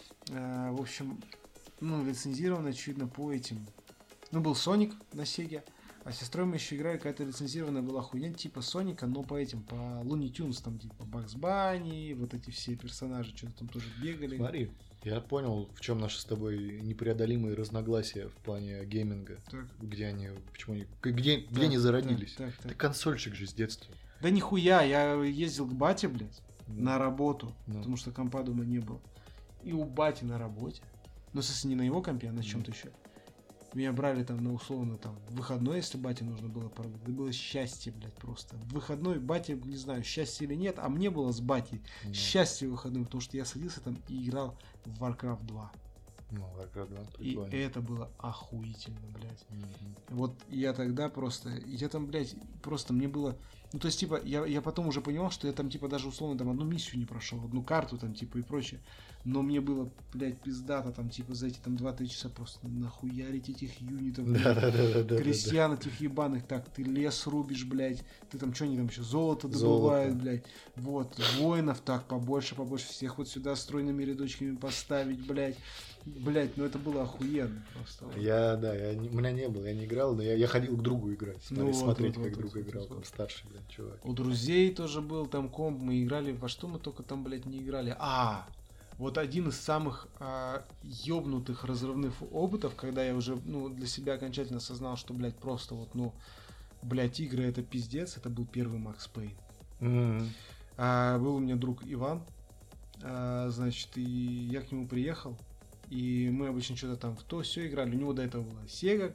В общем, лицензировано, очевидно, по этим. Был Соник на Сеге. А с сестрой мы еще играли, какая-то лицензированная была хуйня типа Соника, но по Луни Тюнс, там типа Бакс Банни, вот эти все персонажи что-то там тоже бегали. Смотри, я понял, в чем наши с тобой непреодолимые разногласия в плане гейминга. Так. Где они они зародились. Так. Ты консольщик же с детства. Да нихуя, я ездил к бате, блядь, на работу, потому что компа дома не было. И у бати на работе, в смысле не на его компе, а на чем-то еще. Меня брали там на условно там выходной, если бате нужно было поработать. Это было счастье, блядь, просто. В выходной бате, не знаю, счастье или нет, а мне было с батей счастье выходной, потому что я садился там и играл в Warcraft 2. Warcraft 2 прикольно. И это было охуительно, блядь. Вот я тогда я там, блядь, просто мне было... то есть, типа, я потом уже понимал, что я там, типа, даже условно там одну миссию не прошел, одну карту там, типа, и прочее. Но мне было, блядь, пиздато там, типа, за эти там 2-3 часа просто нахуярить этих юнитов, крестьян этих ебаных. Так, ты лес рубишь, блядь, ты там, что они там еще, золото добывают, блядь. Вот, воинов так, побольше, всех вот сюда стройными рядочками поставить, блядь. Блядь, это было охуенно просто. У меня не было, я не играл, но я ходил к другу играть, смотреть, как друг играл, там старший, блядь, чувак. У друзей тоже был там комп, мы играли, во что мы только там, блядь, не играли. Вот один из самых ёбнутых разрывных опытов, когда я уже, для себя окончательно осознал, что, блядь, просто блядь, игры это пиздец, это был первый Макс Пейн. Был у меня друг Иван, значит, и я к нему приехал, и мы обычно что-то там в то все играли. У него до этого была Sega,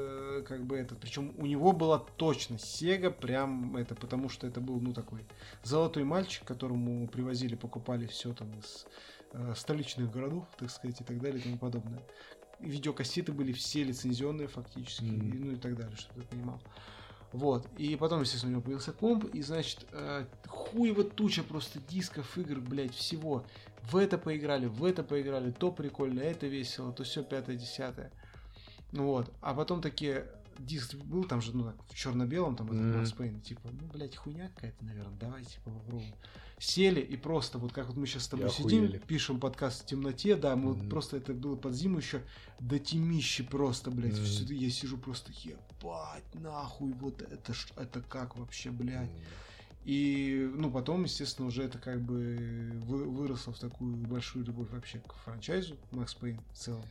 причем у него была точно Sega, прям это, потому что это был, такой золотой мальчик, которому привозили, покупали все там из столичных городов, так сказать, и так далее и тому подобное. Видеокассеты были все лицензионные фактически, и так далее, чтобы ты понимал. Вот, и потом, естественно, у него появился комп, и, значит, хуево туча просто дисков, игр, блядь, всего. В это поиграли, то прикольно, это весело, то все 5-10. Вот, а потом такие, диск был там же, в черно-белом, там, этот Макс Пейн, типа, блядь, хуйня какая-то, наверное, давай, типа, попробуем. Сели, и просто, вот как вот мы сейчас с тобой сидим, пишем подкаст в темноте, да, мы просто, это было под зиму еще, до темищи просто, блядь, я сижу просто, ебать, нахуй, вот это как вообще, блядь. И, потом, естественно, уже это как бы выросло в такую большую любовь вообще к франчайзу Макс Пейн в целом.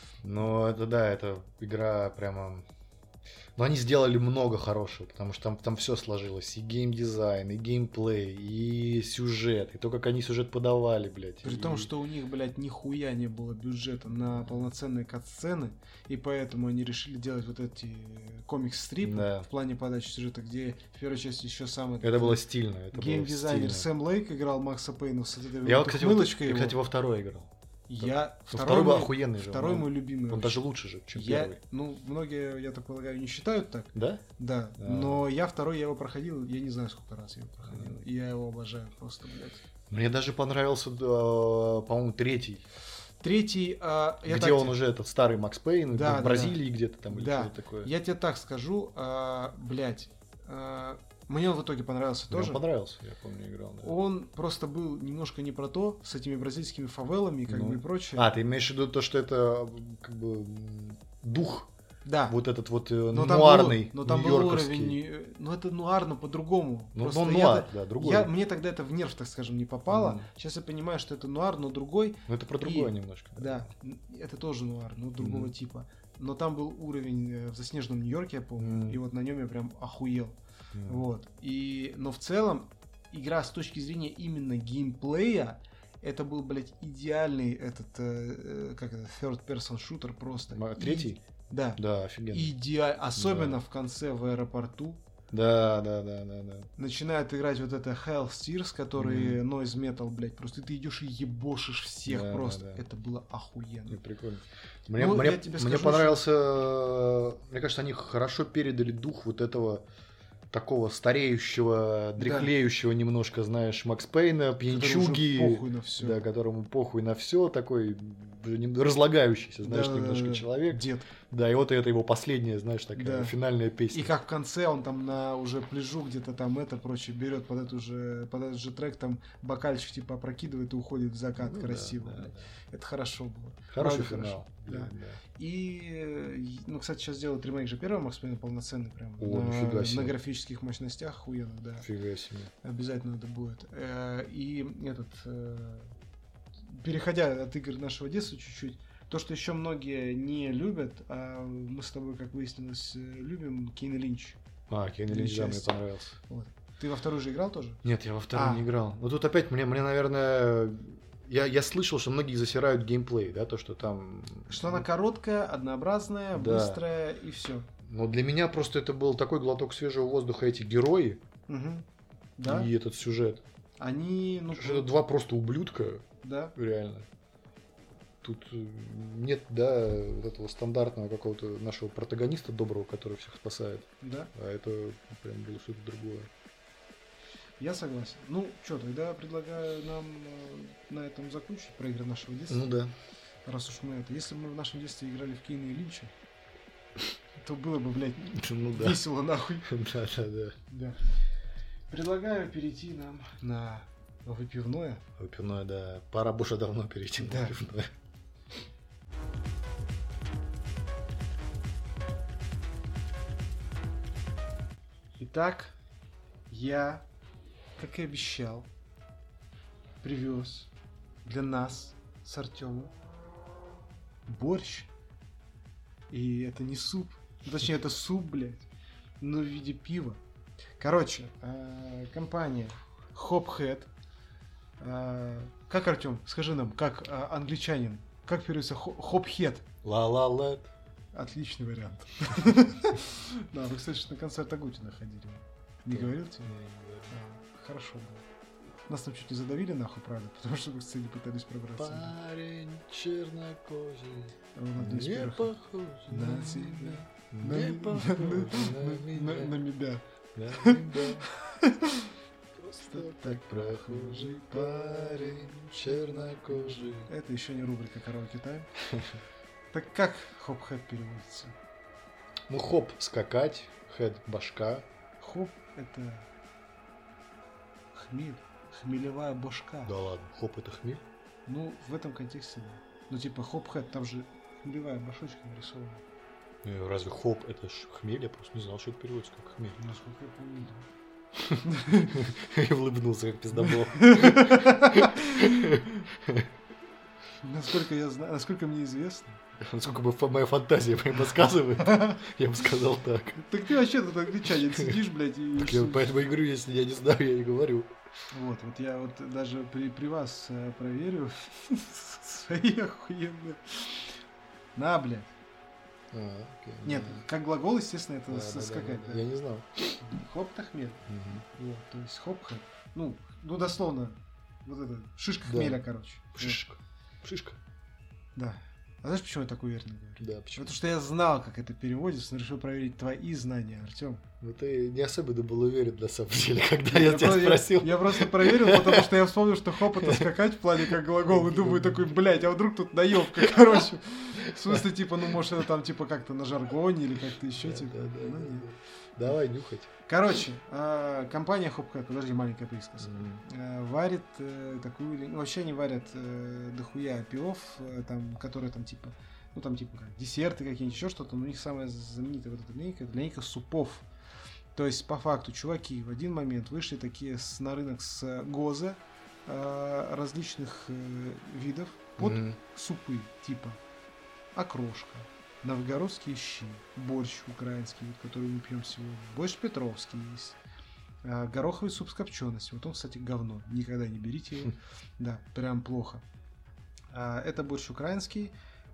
Это игра прямо... Но они сделали много хорошего, потому что там все сложилось. И геймдизайн, и геймплей, и сюжет, и то, как они сюжет подавали, блядь. При том, что у них, блядь, нихуя не было бюджета на полноценные кат-сцены, и поэтому они решили делать вот эти комикс-стрипы в плане подачи сюжета, где в первой части еще самый... Это было стильно. Геймдизайнер Сэм Лейк играл Макса Пейна с этой хмылочкой. Я, кстати, во второй играл. Второй был охуенный же. Второй мой любимый. Он даже лучше же, чем первый. Многие, я так полагаю, не считают так. Да? Да. Но я его проходил, я не знаю, сколько раз я его проходил. И я его обожаю просто, блядь. Мне даже понравился, по-моему, третий. Где он уже этот старый Макс Пейн, в Бразилии где-то там или что-то такое. Я тебе так скажу, блядь. Мне он в итоге понравился тоже. Мне он понравился, я помню, играл. Да. Он просто был немножко не про то, с этими бразильскими фавелами и прочее. Ты имеешь в виду то, что это как бы дух? Да. Вот этот вот нуарный, но там был уровень... это нуарно по-другому. Нуар, другой. Мне тогда это в нерв, так скажем, не попало. Сейчас я понимаю, что это нуар, но другой. Это про другое немножко. Да, это тоже нуар, но другого типа. Но там был уровень в заснеженном Нью-Йорке, я помню, и вот на нем я прям охуел. Вот. Но в целом игра с точки зрения именно геймплея, это был, блядь, идеальный third person shooter просто. Третий? Да. Да, офигенно. Особенно в конце в аэропорту. Да. Начинает играть вот это Hell Steers, который noise metal, блядь. Просто ты идешь и ебошишь всех просто. Да. Это было охуенно. Это прикольно. Мне понравился... Мне кажется, они хорошо передали дух вот этого такого стареющего, дряхлеющего немножко, знаешь, Макс Пейна, пьянчуги. Которому похуй на все. Да, которому похуй на все, такой разлагающийся, знаешь, немножко человек. Дед. Да, и вот это его последняя, знаешь, такая финальная песня. И как в конце он там на уже пляжу где-то там прочее берет под этот же трек, там бокальчик типа опрокидывает и уходит в закат красиво. Да. Это хорошо было. Хороший финал. Да. И, кстати, сейчас делают ремейк же первого Макс Пейна полноценный прям. На графических мощностях охуенных, да. Фига себе. Обязательно это будет. И переходя от игр нашего детства чуть-чуть, то, что еще многие не любят, а мы с тобой, как выяснилось, любим, Кейн Линч. Кейн Линч, да, мне понравился. Вот. Ты во вторую же играл тоже? Нет, я во вторую не играл. Но тут опять мне наверное... Я слышал, что многие засирают геймплей, да, то, что там... Что она короткая, однообразная, быстрая и все. Но для меня просто это был такой глоток свежего воздуха, эти герои да? И этот сюжет. Они... Это два просто ублюдка. Да. Реально. Тут нет, да, вот этого стандартного какого-то нашего протагониста доброго, который всех спасает. Да. А это прям было что-то другое. Я согласен. Что, тогда предлагаю нам на этом закончить про игры нашего детства. Да. Раз уж мы Если бы мы в нашем детстве играли в Кейна и Линча, то было бы, блядь, весело нахуй. Да. Предлагаю перейти нам на выпивное. Выпивное, да. Пора бы уже давно перейти на выпивное. Итак, я, как и обещал, привез для нас с Артемом борщ. И это не суп. Точнее, это суп, блядь, но в виде пива. Короче, компания Hophead. Как, Артем, скажи нам, как англичанин, как переводится Hophead? Ла-ла-лет. Отличный вариант. Да, вы, кстати, на концерт Агутина ходили. Не говорил тебе? Хорошо было. Нас там чуть не задавили нахуй, правда, потому что мы к сцене пытались пробраться. Парень чернокожий, не похож на тебя, не похож на меня. Просто так прохожий парень чернокожий. Это еще не рубрика «Караоке Тайм». Так как Hophead переводится? Хоп — скакать, head — башка. Хоп — это хмель, хмелевая башка. Да ладно, хоп — это хмель? В этом контексте, да. Типа Hophead, там же хмелевая башочка нарисована. Разве хоп — это хмель? Я просто не знал, что это переводится как хмель. Насколько я помню, да. И улыбнулся, как пиздобол. Насколько я знаю, насколько мне известно. Насколько бы моя фантазия мне подсказывает, я бы сказал так. Так ты вообще тут англичанин сидишь, блядь, и... Я поэтому и говорю, если я не знаю, я не говорю. Вот я даже при вас проверю свои охуенные. На, блядь. Нет, как глагол, естественно, это скакать. Да. Я не знал. Хоп-то хмель. Вот, то есть хоп-хэд. Дословно, вот это, шишка хмеля, короче. Шишка. Да. А знаешь, почему я так уверенно говорю? Да, почему? Потому что я знал, как это переводится, но решил проверить твои знания, Артем. Ты не особенно был уверен, на самом деле, когда я тебя спросил. Я просто проверил, потому что я вспомнил, что хоп — это скакать в плане как глагол, и думаю такой, блядь, а вдруг тут наебка, короче. В смысле, типа, может, это там, типа, как-то на жаргоне или как-то еще, типа. Нет. Давай нюхать. Короче, компания Hophead, подожди, маленькая присказка, варит такую... Вообще они варят дохуя пивов, там, которые там, типа, как десерты какие-нибудь, еще что-то, но у них самая знаменитая вот эта линейка супов. То есть, по факту, чуваки в один момент вышли такие на рынок с гоза различных видов под супы, типа окрошка, новгородские щи, борщ украинский, который мы пьем сегодня, борщ петровский есть, гороховый суп с копченостью. Вот он, кстати, говно. Никогда не берите его. Да, прям плохо. Это борщ украинский.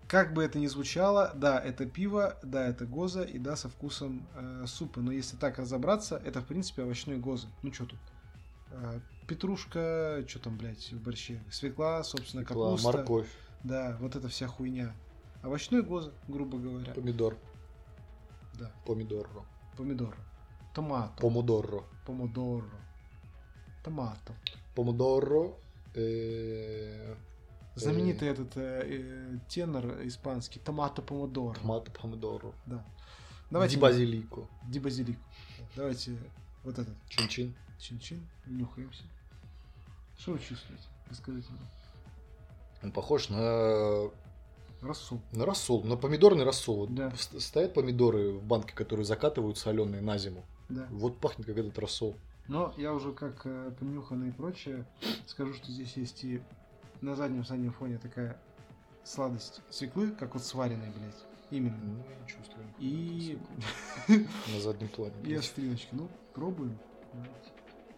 Как бы это ни звучало, да, это пиво, да, это гоза, и да, со вкусом супа. Но если так разобраться, это, в принципе, овощной гоза. Ну, что тут? Петрушка, что там, блядь, в борще? Свекла, собственно, капуста. Морковь. Да, вот эта вся хуйня. Овощной гоза, грубо говоря. Помидор. Да. Помидорро. Помидор. Томато. Помодорро. Помодоро. Томато. Помодорро. Знаменитый этот тенор испанский. Томато помодоро. Томато помидорро. Да. Давайте. Ди базилико. Ди базилико. Давайте вот этот. Чин-чин. Чин-чин. Нюхаемся. Что вы чувствуете? Расскажите мне. Он похож на... Рассол. На рассол. На помидорный рассол. Да. Стоят помидоры в банке, которые закатывают соленые на зиму. Да. Вот пахнет как этот рассол. Но я уже как понюханный и прочее скажу, что здесь есть и на заднем фоне такая сладость свеклы, как вот сваренной, блядь. Именно. Ну, я не чувствую. И... На заднем плане. И остриночки. Ну, пробуем. Давайте.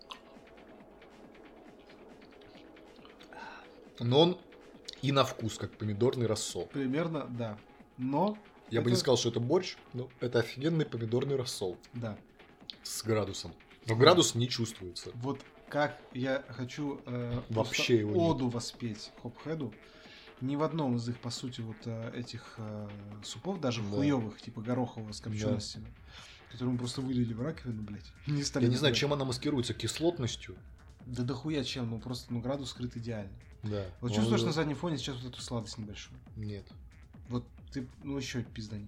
Но он и на вкус, как помидорный рассол. Примерно, да. Но... Я бы не сказал, что это борщ, но это офигенный помидорный рассол. Да. С градусом. Но градус не чувствуется. Вот как я хочу вообще его оду воспеть Хопхеду. Ни в одном из их, по сути, вот этих супов, даже хуёвых, типа горохового с копченостями, которые мы просто вылили в раковину, блядь. Не стали. Я не знаю, чем она маскируется, кислотностью. Да дохуя чем, ну просто градус скрыт идеально. Да. Вот чувствуешь на заднем фоне сейчас вот эту сладость небольшую? Нет. Вот ты, ну еще пиздани.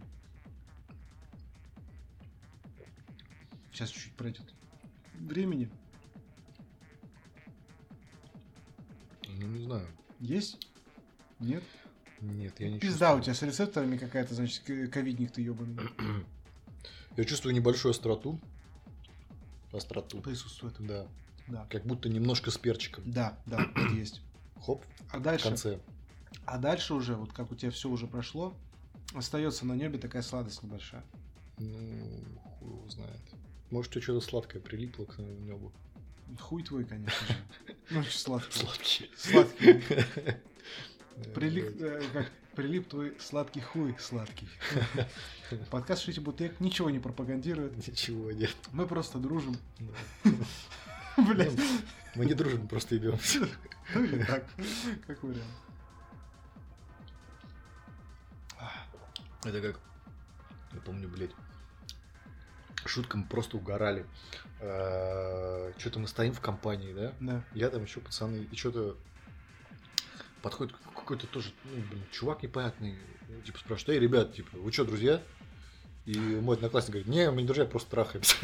Сейчас чуть-чуть пройдет времени. Ну, не знаю. Есть? Нет? Нет, я не Пизда чувствую. у тебя с рецепторами какая-то, значит, ковидник ты ебаный. Я чувствую небольшую остроту. Остроту. Присутствует. Да. Да. Как будто немножко с перчиком. Да, да, это есть. Хоп, А в дальше, конце. уже, вот как у тебя все уже прошло, остается на небе такая сладость небольшая. Ну, хуй его знает. Может, тебе что-то сладкое прилипло к небу. Хуй твой, конечно же. Ну, очень сладкий. Сладкий. Сладкий. Прилип твой сладкий хуй сладкий. Подкаст «Шите бутылек» ничего не пропагандирует. Ничего нет. Мы просто дружим. Ну, Блять. мы не дружим, просто ебемся. Ну или так. Как вариант. Это как... Я помню, блядь. Шуткам просто угорали. Что-то мы стоим в компании, да? Да. Я там еще пацаны. И что-то подходит какой-то тоже, ну, блин, чувак непонятный. Типа спрашивает: эй, ребят, типа, вы что, друзья? И мой одноклассник говорит: не, мы не друзья, просто трахаемся.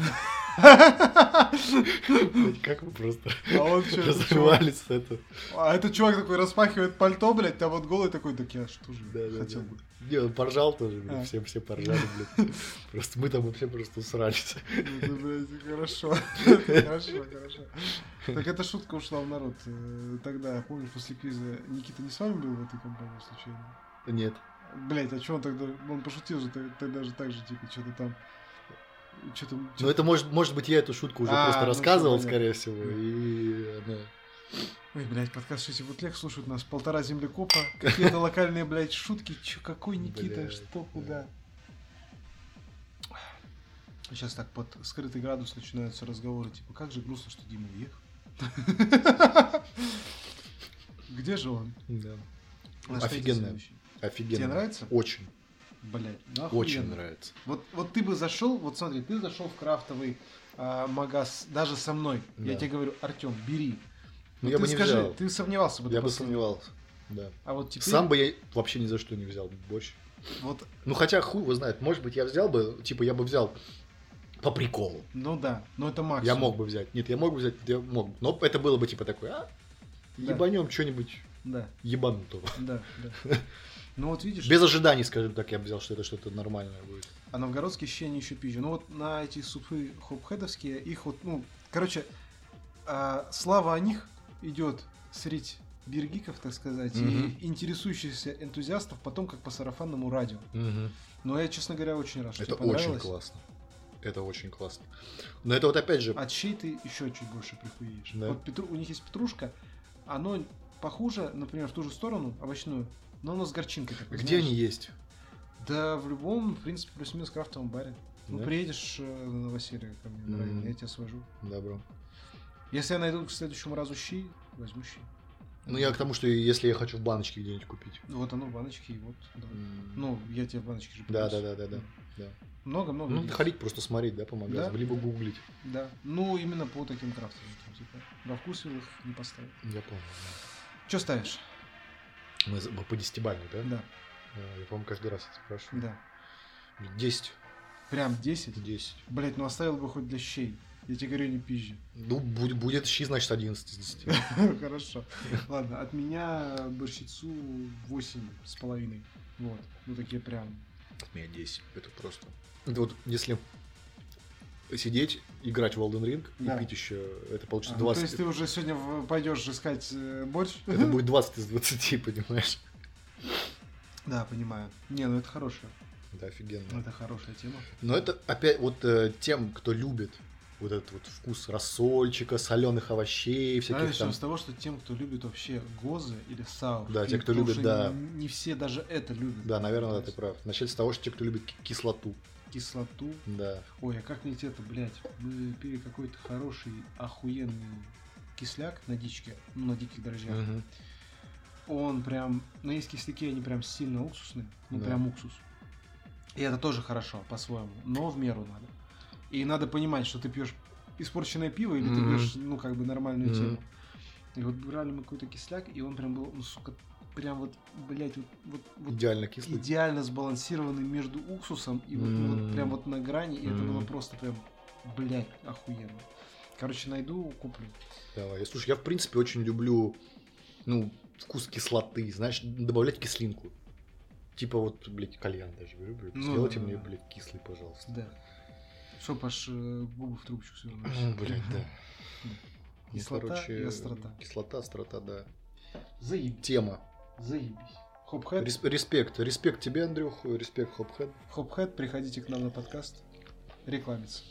Как вы просто разрывались с этого. А этот чувак такой распахивает пальто, блядь, а вот голый такой, так я что же хотел бы. Не, он поржал тоже, блядь, все поржали, блядь. Просто мы там вообще просто усрались. Ну, блядь, хорошо. Хорошо. Так эта шутка ушла в народ. Тогда, помнишь, после квиза Никита не с вами был в этой компании случайно? Нет. Блядь, а что он тогда... Он пошутил же тогда же так же, типа, что-то там... Ну, это может быть, я эту шутку уже просто рассказывал, скорее всего, и она... Ой, блядь, подкаст «Шите бутылек» слушают нас 1,5 землекопа. Какие-то локальные, блядь, шутки. Какой Никита, что, куда? Сейчас так под скрытый градус начинаются разговоры, типа, как же грустно, что Дима уехал. Где же он? Да. Офигенно. Офигенно. Тебе нравится? Очень. Блядь, очень нравится. Вот ты бы зашел, вот смотри, ты зашел в крафтовый магаз даже со мной. Да. Я тебе говорю: Артем, бери. Ну, я бы не взял. Ты сомневался бы. Я бы сомневался, да. А вот теперь... Сам бы я вообще ни за что не взял борщ. Вот. Ну, хотя хуй его знает. Может быть, я взял бы, типа, я бы взял по приколу. Ну да, но это максимум. Я мог бы взять. Нет, я мог бы взять, я мог. Но это было бы типа такое, ебанем что-нибудь ебанутого. Да. Ну вот видишь... Без ожиданий, скажем так, я бы взял, что это что-то нормальное будет. А новгородские ощущения еще пизже. Ну вот на эти супы хопхедовские, их вот, ну, короче, слава о них идет среди биргиков, так сказать, и интересующихся энтузиастов потом как по сарафанному радио. Но я, честно говоря, очень рад, что это тебе понравилось. очень классно. Это очень классно. Но это вот опять же... От чей ты еще чуть больше прихуеешь. Да. Вот у них есть петрушка, оно похуже, например, в ту же сторону, овощную, Но оно с горчинкой такой. Где они есть? Да в любом, в принципе, плюс-минус крафтовом баре. Ну, Да? приедешь на новоселье ко мне на район, я тебя свожу. Добро. Если я найду к следующему разу щи, возьму щи. Ну, я к тому, что если я хочу в баночке где-нибудь купить. Вот оно в баночке, и вот. Да. Ну, я тебе в баночке же Да. принесу. Много-много. Ну, ходить, просто смотреть, да, по магазинам, Да. либо гуглить. Да. Ну, именно по таким крафтовым. Типа. Во вкус их не поставил. Я понял, Что ставишь? да. Мы по 10-бальной, да? Да. Я, по-моему, каждый раз это спрашиваю. Да. 10. Прям 10? 10. Блять, ну оставил бы хоть для щей. Я тебе говорю, не пизжи. Ну, будет щи, значит, 11 из 10. Хорошо. Ладно, от меня борщицу 8,5. Вот. Ну, такие прям... От меня 10. Это просто. Это вот если сидеть, играть в Elden Ring Да. и пить еще, это получится Ну, 20. то есть ты уже сегодня пойдешь искать борщ? Это будет 20 из 20, понимаешь? Да, понимаю. Не, ну это хорошая. Да, офигенно. Это хорошая тема. Но это опять вот тем, кто любит вот этот вот вкус рассольчика, соленых овощей, всяких Начнем там. с того, что тем, кто любит вообще гозы или саур. Да, те, кто любит, да. Не все даже это любят. Да, наверное, То да, ты есть прав. Начать с того, что те, кто любит кислоту. Кислоту. Да. Ой, а как мне это, блядь? Мы пили какой-то хороший, охуенный кисляк на дичке, ну, на диких дрожжах. Мгм. Он прям, ну, есть кисляки, они прям сильно уксусные, ну, Да. прям уксус. И это тоже хорошо, по-своему, но в меру надо. И надо понимать, что ты пьешь испорченное пиво или ты Мгм. пьешь, ну, как бы нормальную Мгм. тему. И вот брали мы какой-то кисляк, и он прям был, ну, сука, прям вот, блядь, вот Идеально кислый. идеально сбалансированный между уксусом и вот, вот прям вот на грани, и это было просто прям, блядь, охуенно. Короче, найду, куплю. Давай. Слушай, я в принципе очень люблю, ну, вкус кислоты, знаешь, добавлять кислинку. Типа вот, блядь, кальян даже люблю. Ну Сделайте да, мне, да. блядь, кислый, пожалуйста. Да. Чтоб аж губы в трубочку свернулись. Ну, блядь, да. Ну, Кислота короче, и острота. Кислота, острота, да. Заебись. Тема. Заебись. Хопхэт. Респект тебе, Андрюх, респект Хопхэт. Хопхэт, приходите к нам на подкаст. Рекламец.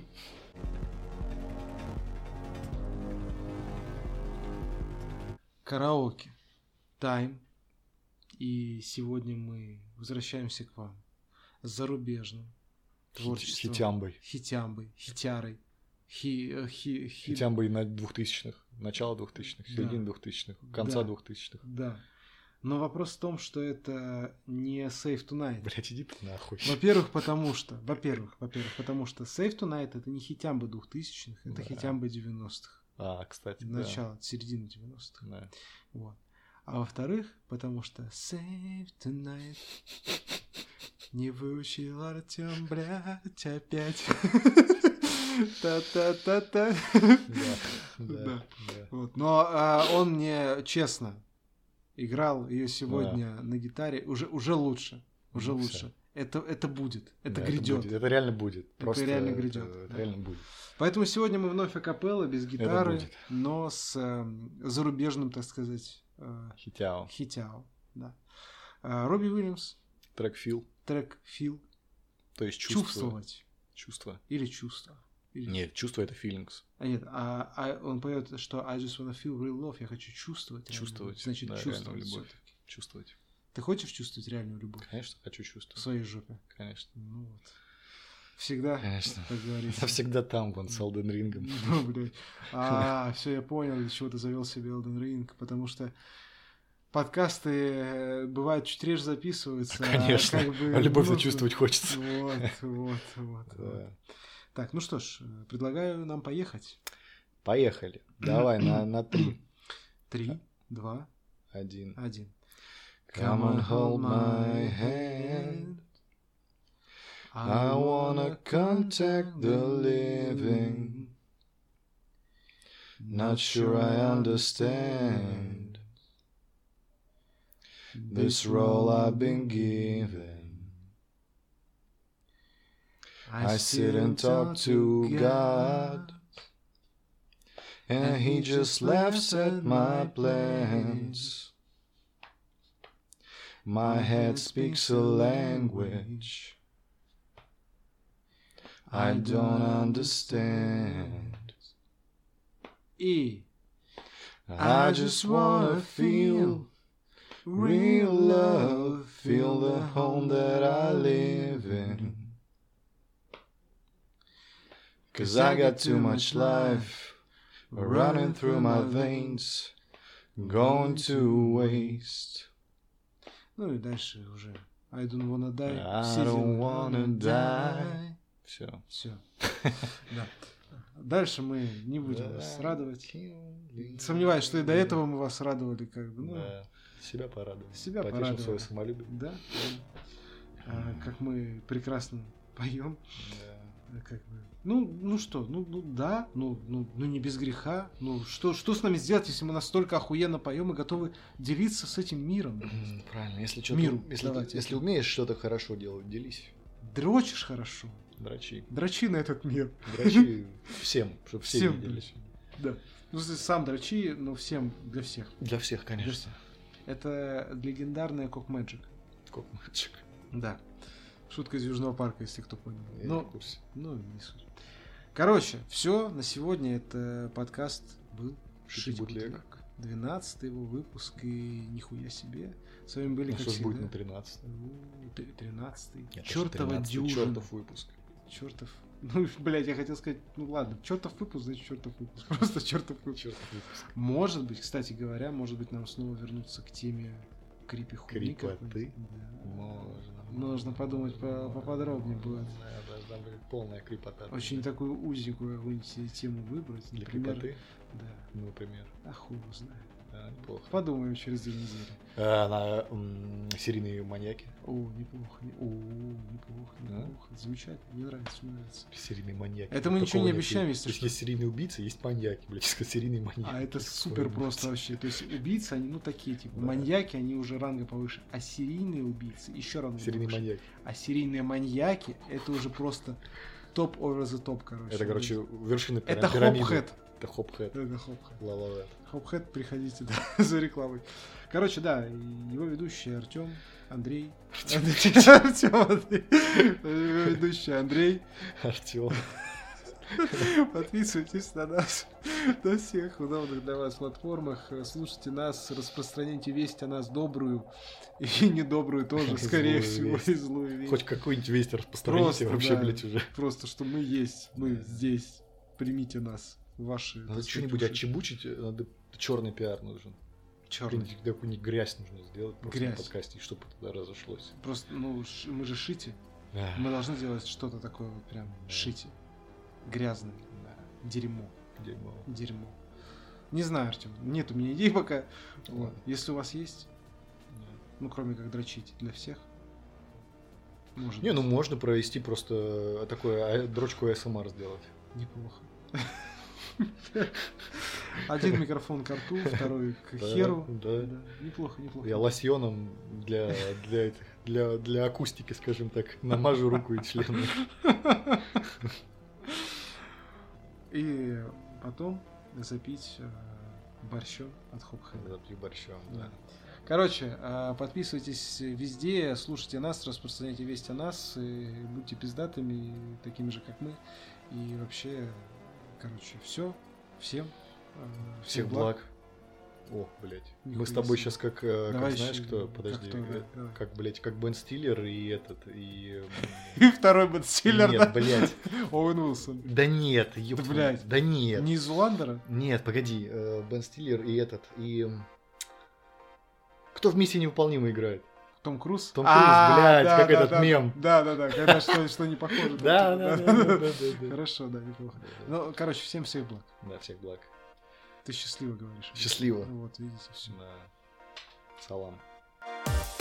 Караоке. Тайм. И сегодня мы возвращаемся к вам с зарубежным творчеством. Хитямбой. Хитямбой. Хитярой. Хитямбой на 2000-х. Начало 2000-х, середина 2000-х, конца 2000-х. Да. Но вопрос в том, что это не Save Tonight. Блять, иди ты нахуй. Во-первых, потому что Save Tonight это не хитямбы 2000-х, это Да. хитямбы 90-х. Кстати, Начало, середина 90-х. да. Вот. А во-вторых, потому что Save Tonight не выучил Артём, блядь, опять. Та-та-та-та. Да. Вот. Но он мне честно играл ее сегодня на гитаре. Уже лучше. Уже Ну, лучше. Это будет. Это Да, грядет. Это реально будет. Просто реально грядет, Это да. реально будет. Поэтому сегодня мы вновь акапелла, без гитары, будет. но с зарубежным, так сказать, Хитяо. хитяо. Да. Робби Уильямс, Трек Фил. трек Feel. То есть чувство. Чувствовать. Чувство. Или чувство. Или- Нет, чувство это feelings. Нет, он поет, что I just wanna feel real love, я хочу чувствовать. реальную Чувствовать, любовь. Значит, да, чувствовать реальную любовь. всё-таки. Чувствовать. Ты хочешь чувствовать реальную любовь Конечно, хочу в чувствовать. своей жопе? Конечно. Ну вот. Всегда, Конечно. как говорится. Я всегда там, вон, с Elden Ring. Ну, блядь. Все, я понял, для чего ты завел себе Elden Ring, потому что подкасты бывают чуть реже записываются. Конечно. как бы, А любовь ну, зачувствовать хочется. Вот. Да. Так, ну что ж, предлагаю нам поехать. Поехали. Давай на 3. 3, 2, 1. 1. Come on, hold my hand. I wanna contact the living. Not sure I understand this role I've been given. I sit and talk to God, and He just laughs at my plans. My head speaks a language I don't understand. И I just wanna feel Real love, feel the home that I live in. 'Cause I got too much life running through my veins, going to waste. Ну и дальше уже. I don't wanna die. I don't wanna die. Все. Все. Да. Дальше мы не будем вас радовать. Сомневаюсь, что и до этого мы вас радовали, как бы. Ну, да. Себя порадовали. Себя потешим порадовали. свое самолюбие. Да. Как мы прекрасно поем. Да. Как бы. Ну что, да, не без греха. Ну что с нами сделать, если мы настолько охуенно поем и готовы делиться с этим миром? Правильно, если Миру. если умеешь что-то хорошо делать, делись. Дрочишь хорошо. Дрочи. Дрочи на этот мир. Дрочи всем, чтобы все Всем виделись. Да. Ну, сам дрочи, но всем, для всех. Для всех, конечно. Для всех. Это легендарная Cock Magic. Cock Magic. Да. Шутка из Южного парка, если кто понял. Я не в курсе. Не суть. Короче, все, на сегодня это подкаст был Шить бутлег. 12-й его выпуск, и нихуя себе. С вами были, как что ж всегда. будет на 13-й? 13-й. Нет, Чёртова дюжина. Чёртов выпуск. Чёртов. Ну, блядь, я хотел сказать, ну ладно, чёртов выпуск, значит чёртов выпуск. Просто чёртов выпуск. Чёртов выпуск. Может быть, кстати говоря, может быть, нам снова вернуться к теме крипи хуйни. Крипоты? Да. Нужно подумать поподробнее будет. Да, должна быть полная крипота. Очень такую узенькую какую-нибудь тему выбрать. Для например. крипоты? Да. Ну, например. А хуй его знает. Да, неплохо. Подумаем через 2 недели. Серийные маньяки. О, неплохо. Неплохо. Замечательно. Мне нравится. Серийные маньяки. Это мы ничего не обещаем, если что. что. Есть серийные убийцы, есть маньяки, блядь, серийные маньяки. А это супер просто вообще. То есть убийцы, они ну такие, типа, маньяки, они уже ранга повыше. А серийные убийцы еще ранга серийные повыше. маньяки. А серийные маньяки, это уже просто топ over the top, короче. Это, короче, вершина это пирамиды. Хопхэт. Это Хопхэт. Это Хопхэт. Ла-ла-ла. Хопхэт, приходите, да, за рекламой. Короче, да, его ведущий Артем, Андрей. Его ведущий Андрей. Артем. Подписывайтесь на нас на всех удобных для вас платформах. Слушайте нас, распространяйте весть о нас добрую и недобрую тоже, скорее всего, и злую весть. Хоть какую-нибудь весть распространите вообще, да, блядь, уже. Просто, что мы есть, мы здесь. Примите нас, ваши... Надо что-нибудь отчебучить, надо черный пиар нужен. Черный. Какую-нибудь грязь нужно сделать просто грязь. На подкасте, чтобы тогда разошлось. Просто, ну, мы же шити. Да. Мы должны делать что-то такое вот прям шити. Грязное. Да. Дерьмо. Не знаю, Артем. Нет у меня идей пока. Вот. Если у вас есть, ну, кроме как дрочить для всех. Может не, ну можно провести просто такое дрочку АСМР сделать. Неплохо. Один микрафон к рту, второй к херу. Да. Неплохо. Я лосьоном для акустики, скажем так, намажу руку и член. И потом запить борщом от Хопхэда. Запить борщом, да. Короче, подписывайтесь везде, слушайте нас, распространяйте весть о нас, и будьте пиздатыми, такими же, как мы. И вообще, короче, все. Всем. Всех благ. О, блядь. Мы с тобой сейчас как знаешь кто? Подожди. Как, блядь, как Бен Стиллер и этот, и... И второй Бен Стиллер, нет, блядь. Оуэн Уилсон. Да нет, ёпта. Блядь. Да нет. Не из Уландера? Нет, погоди. Бен Стиллер и этот, и... Кто в «Миссии невыполнимой» играет? Том Круз? Том Круз, блядь, да, как да, этот да, мем. Да, когда что не похоже. Да. Хорошо, да, неплохо. Ну, короче, всем всех благ. Да, всех благ. Ты счастливо говоришь. Счастливо. Вот, видите, все. Да. Салам.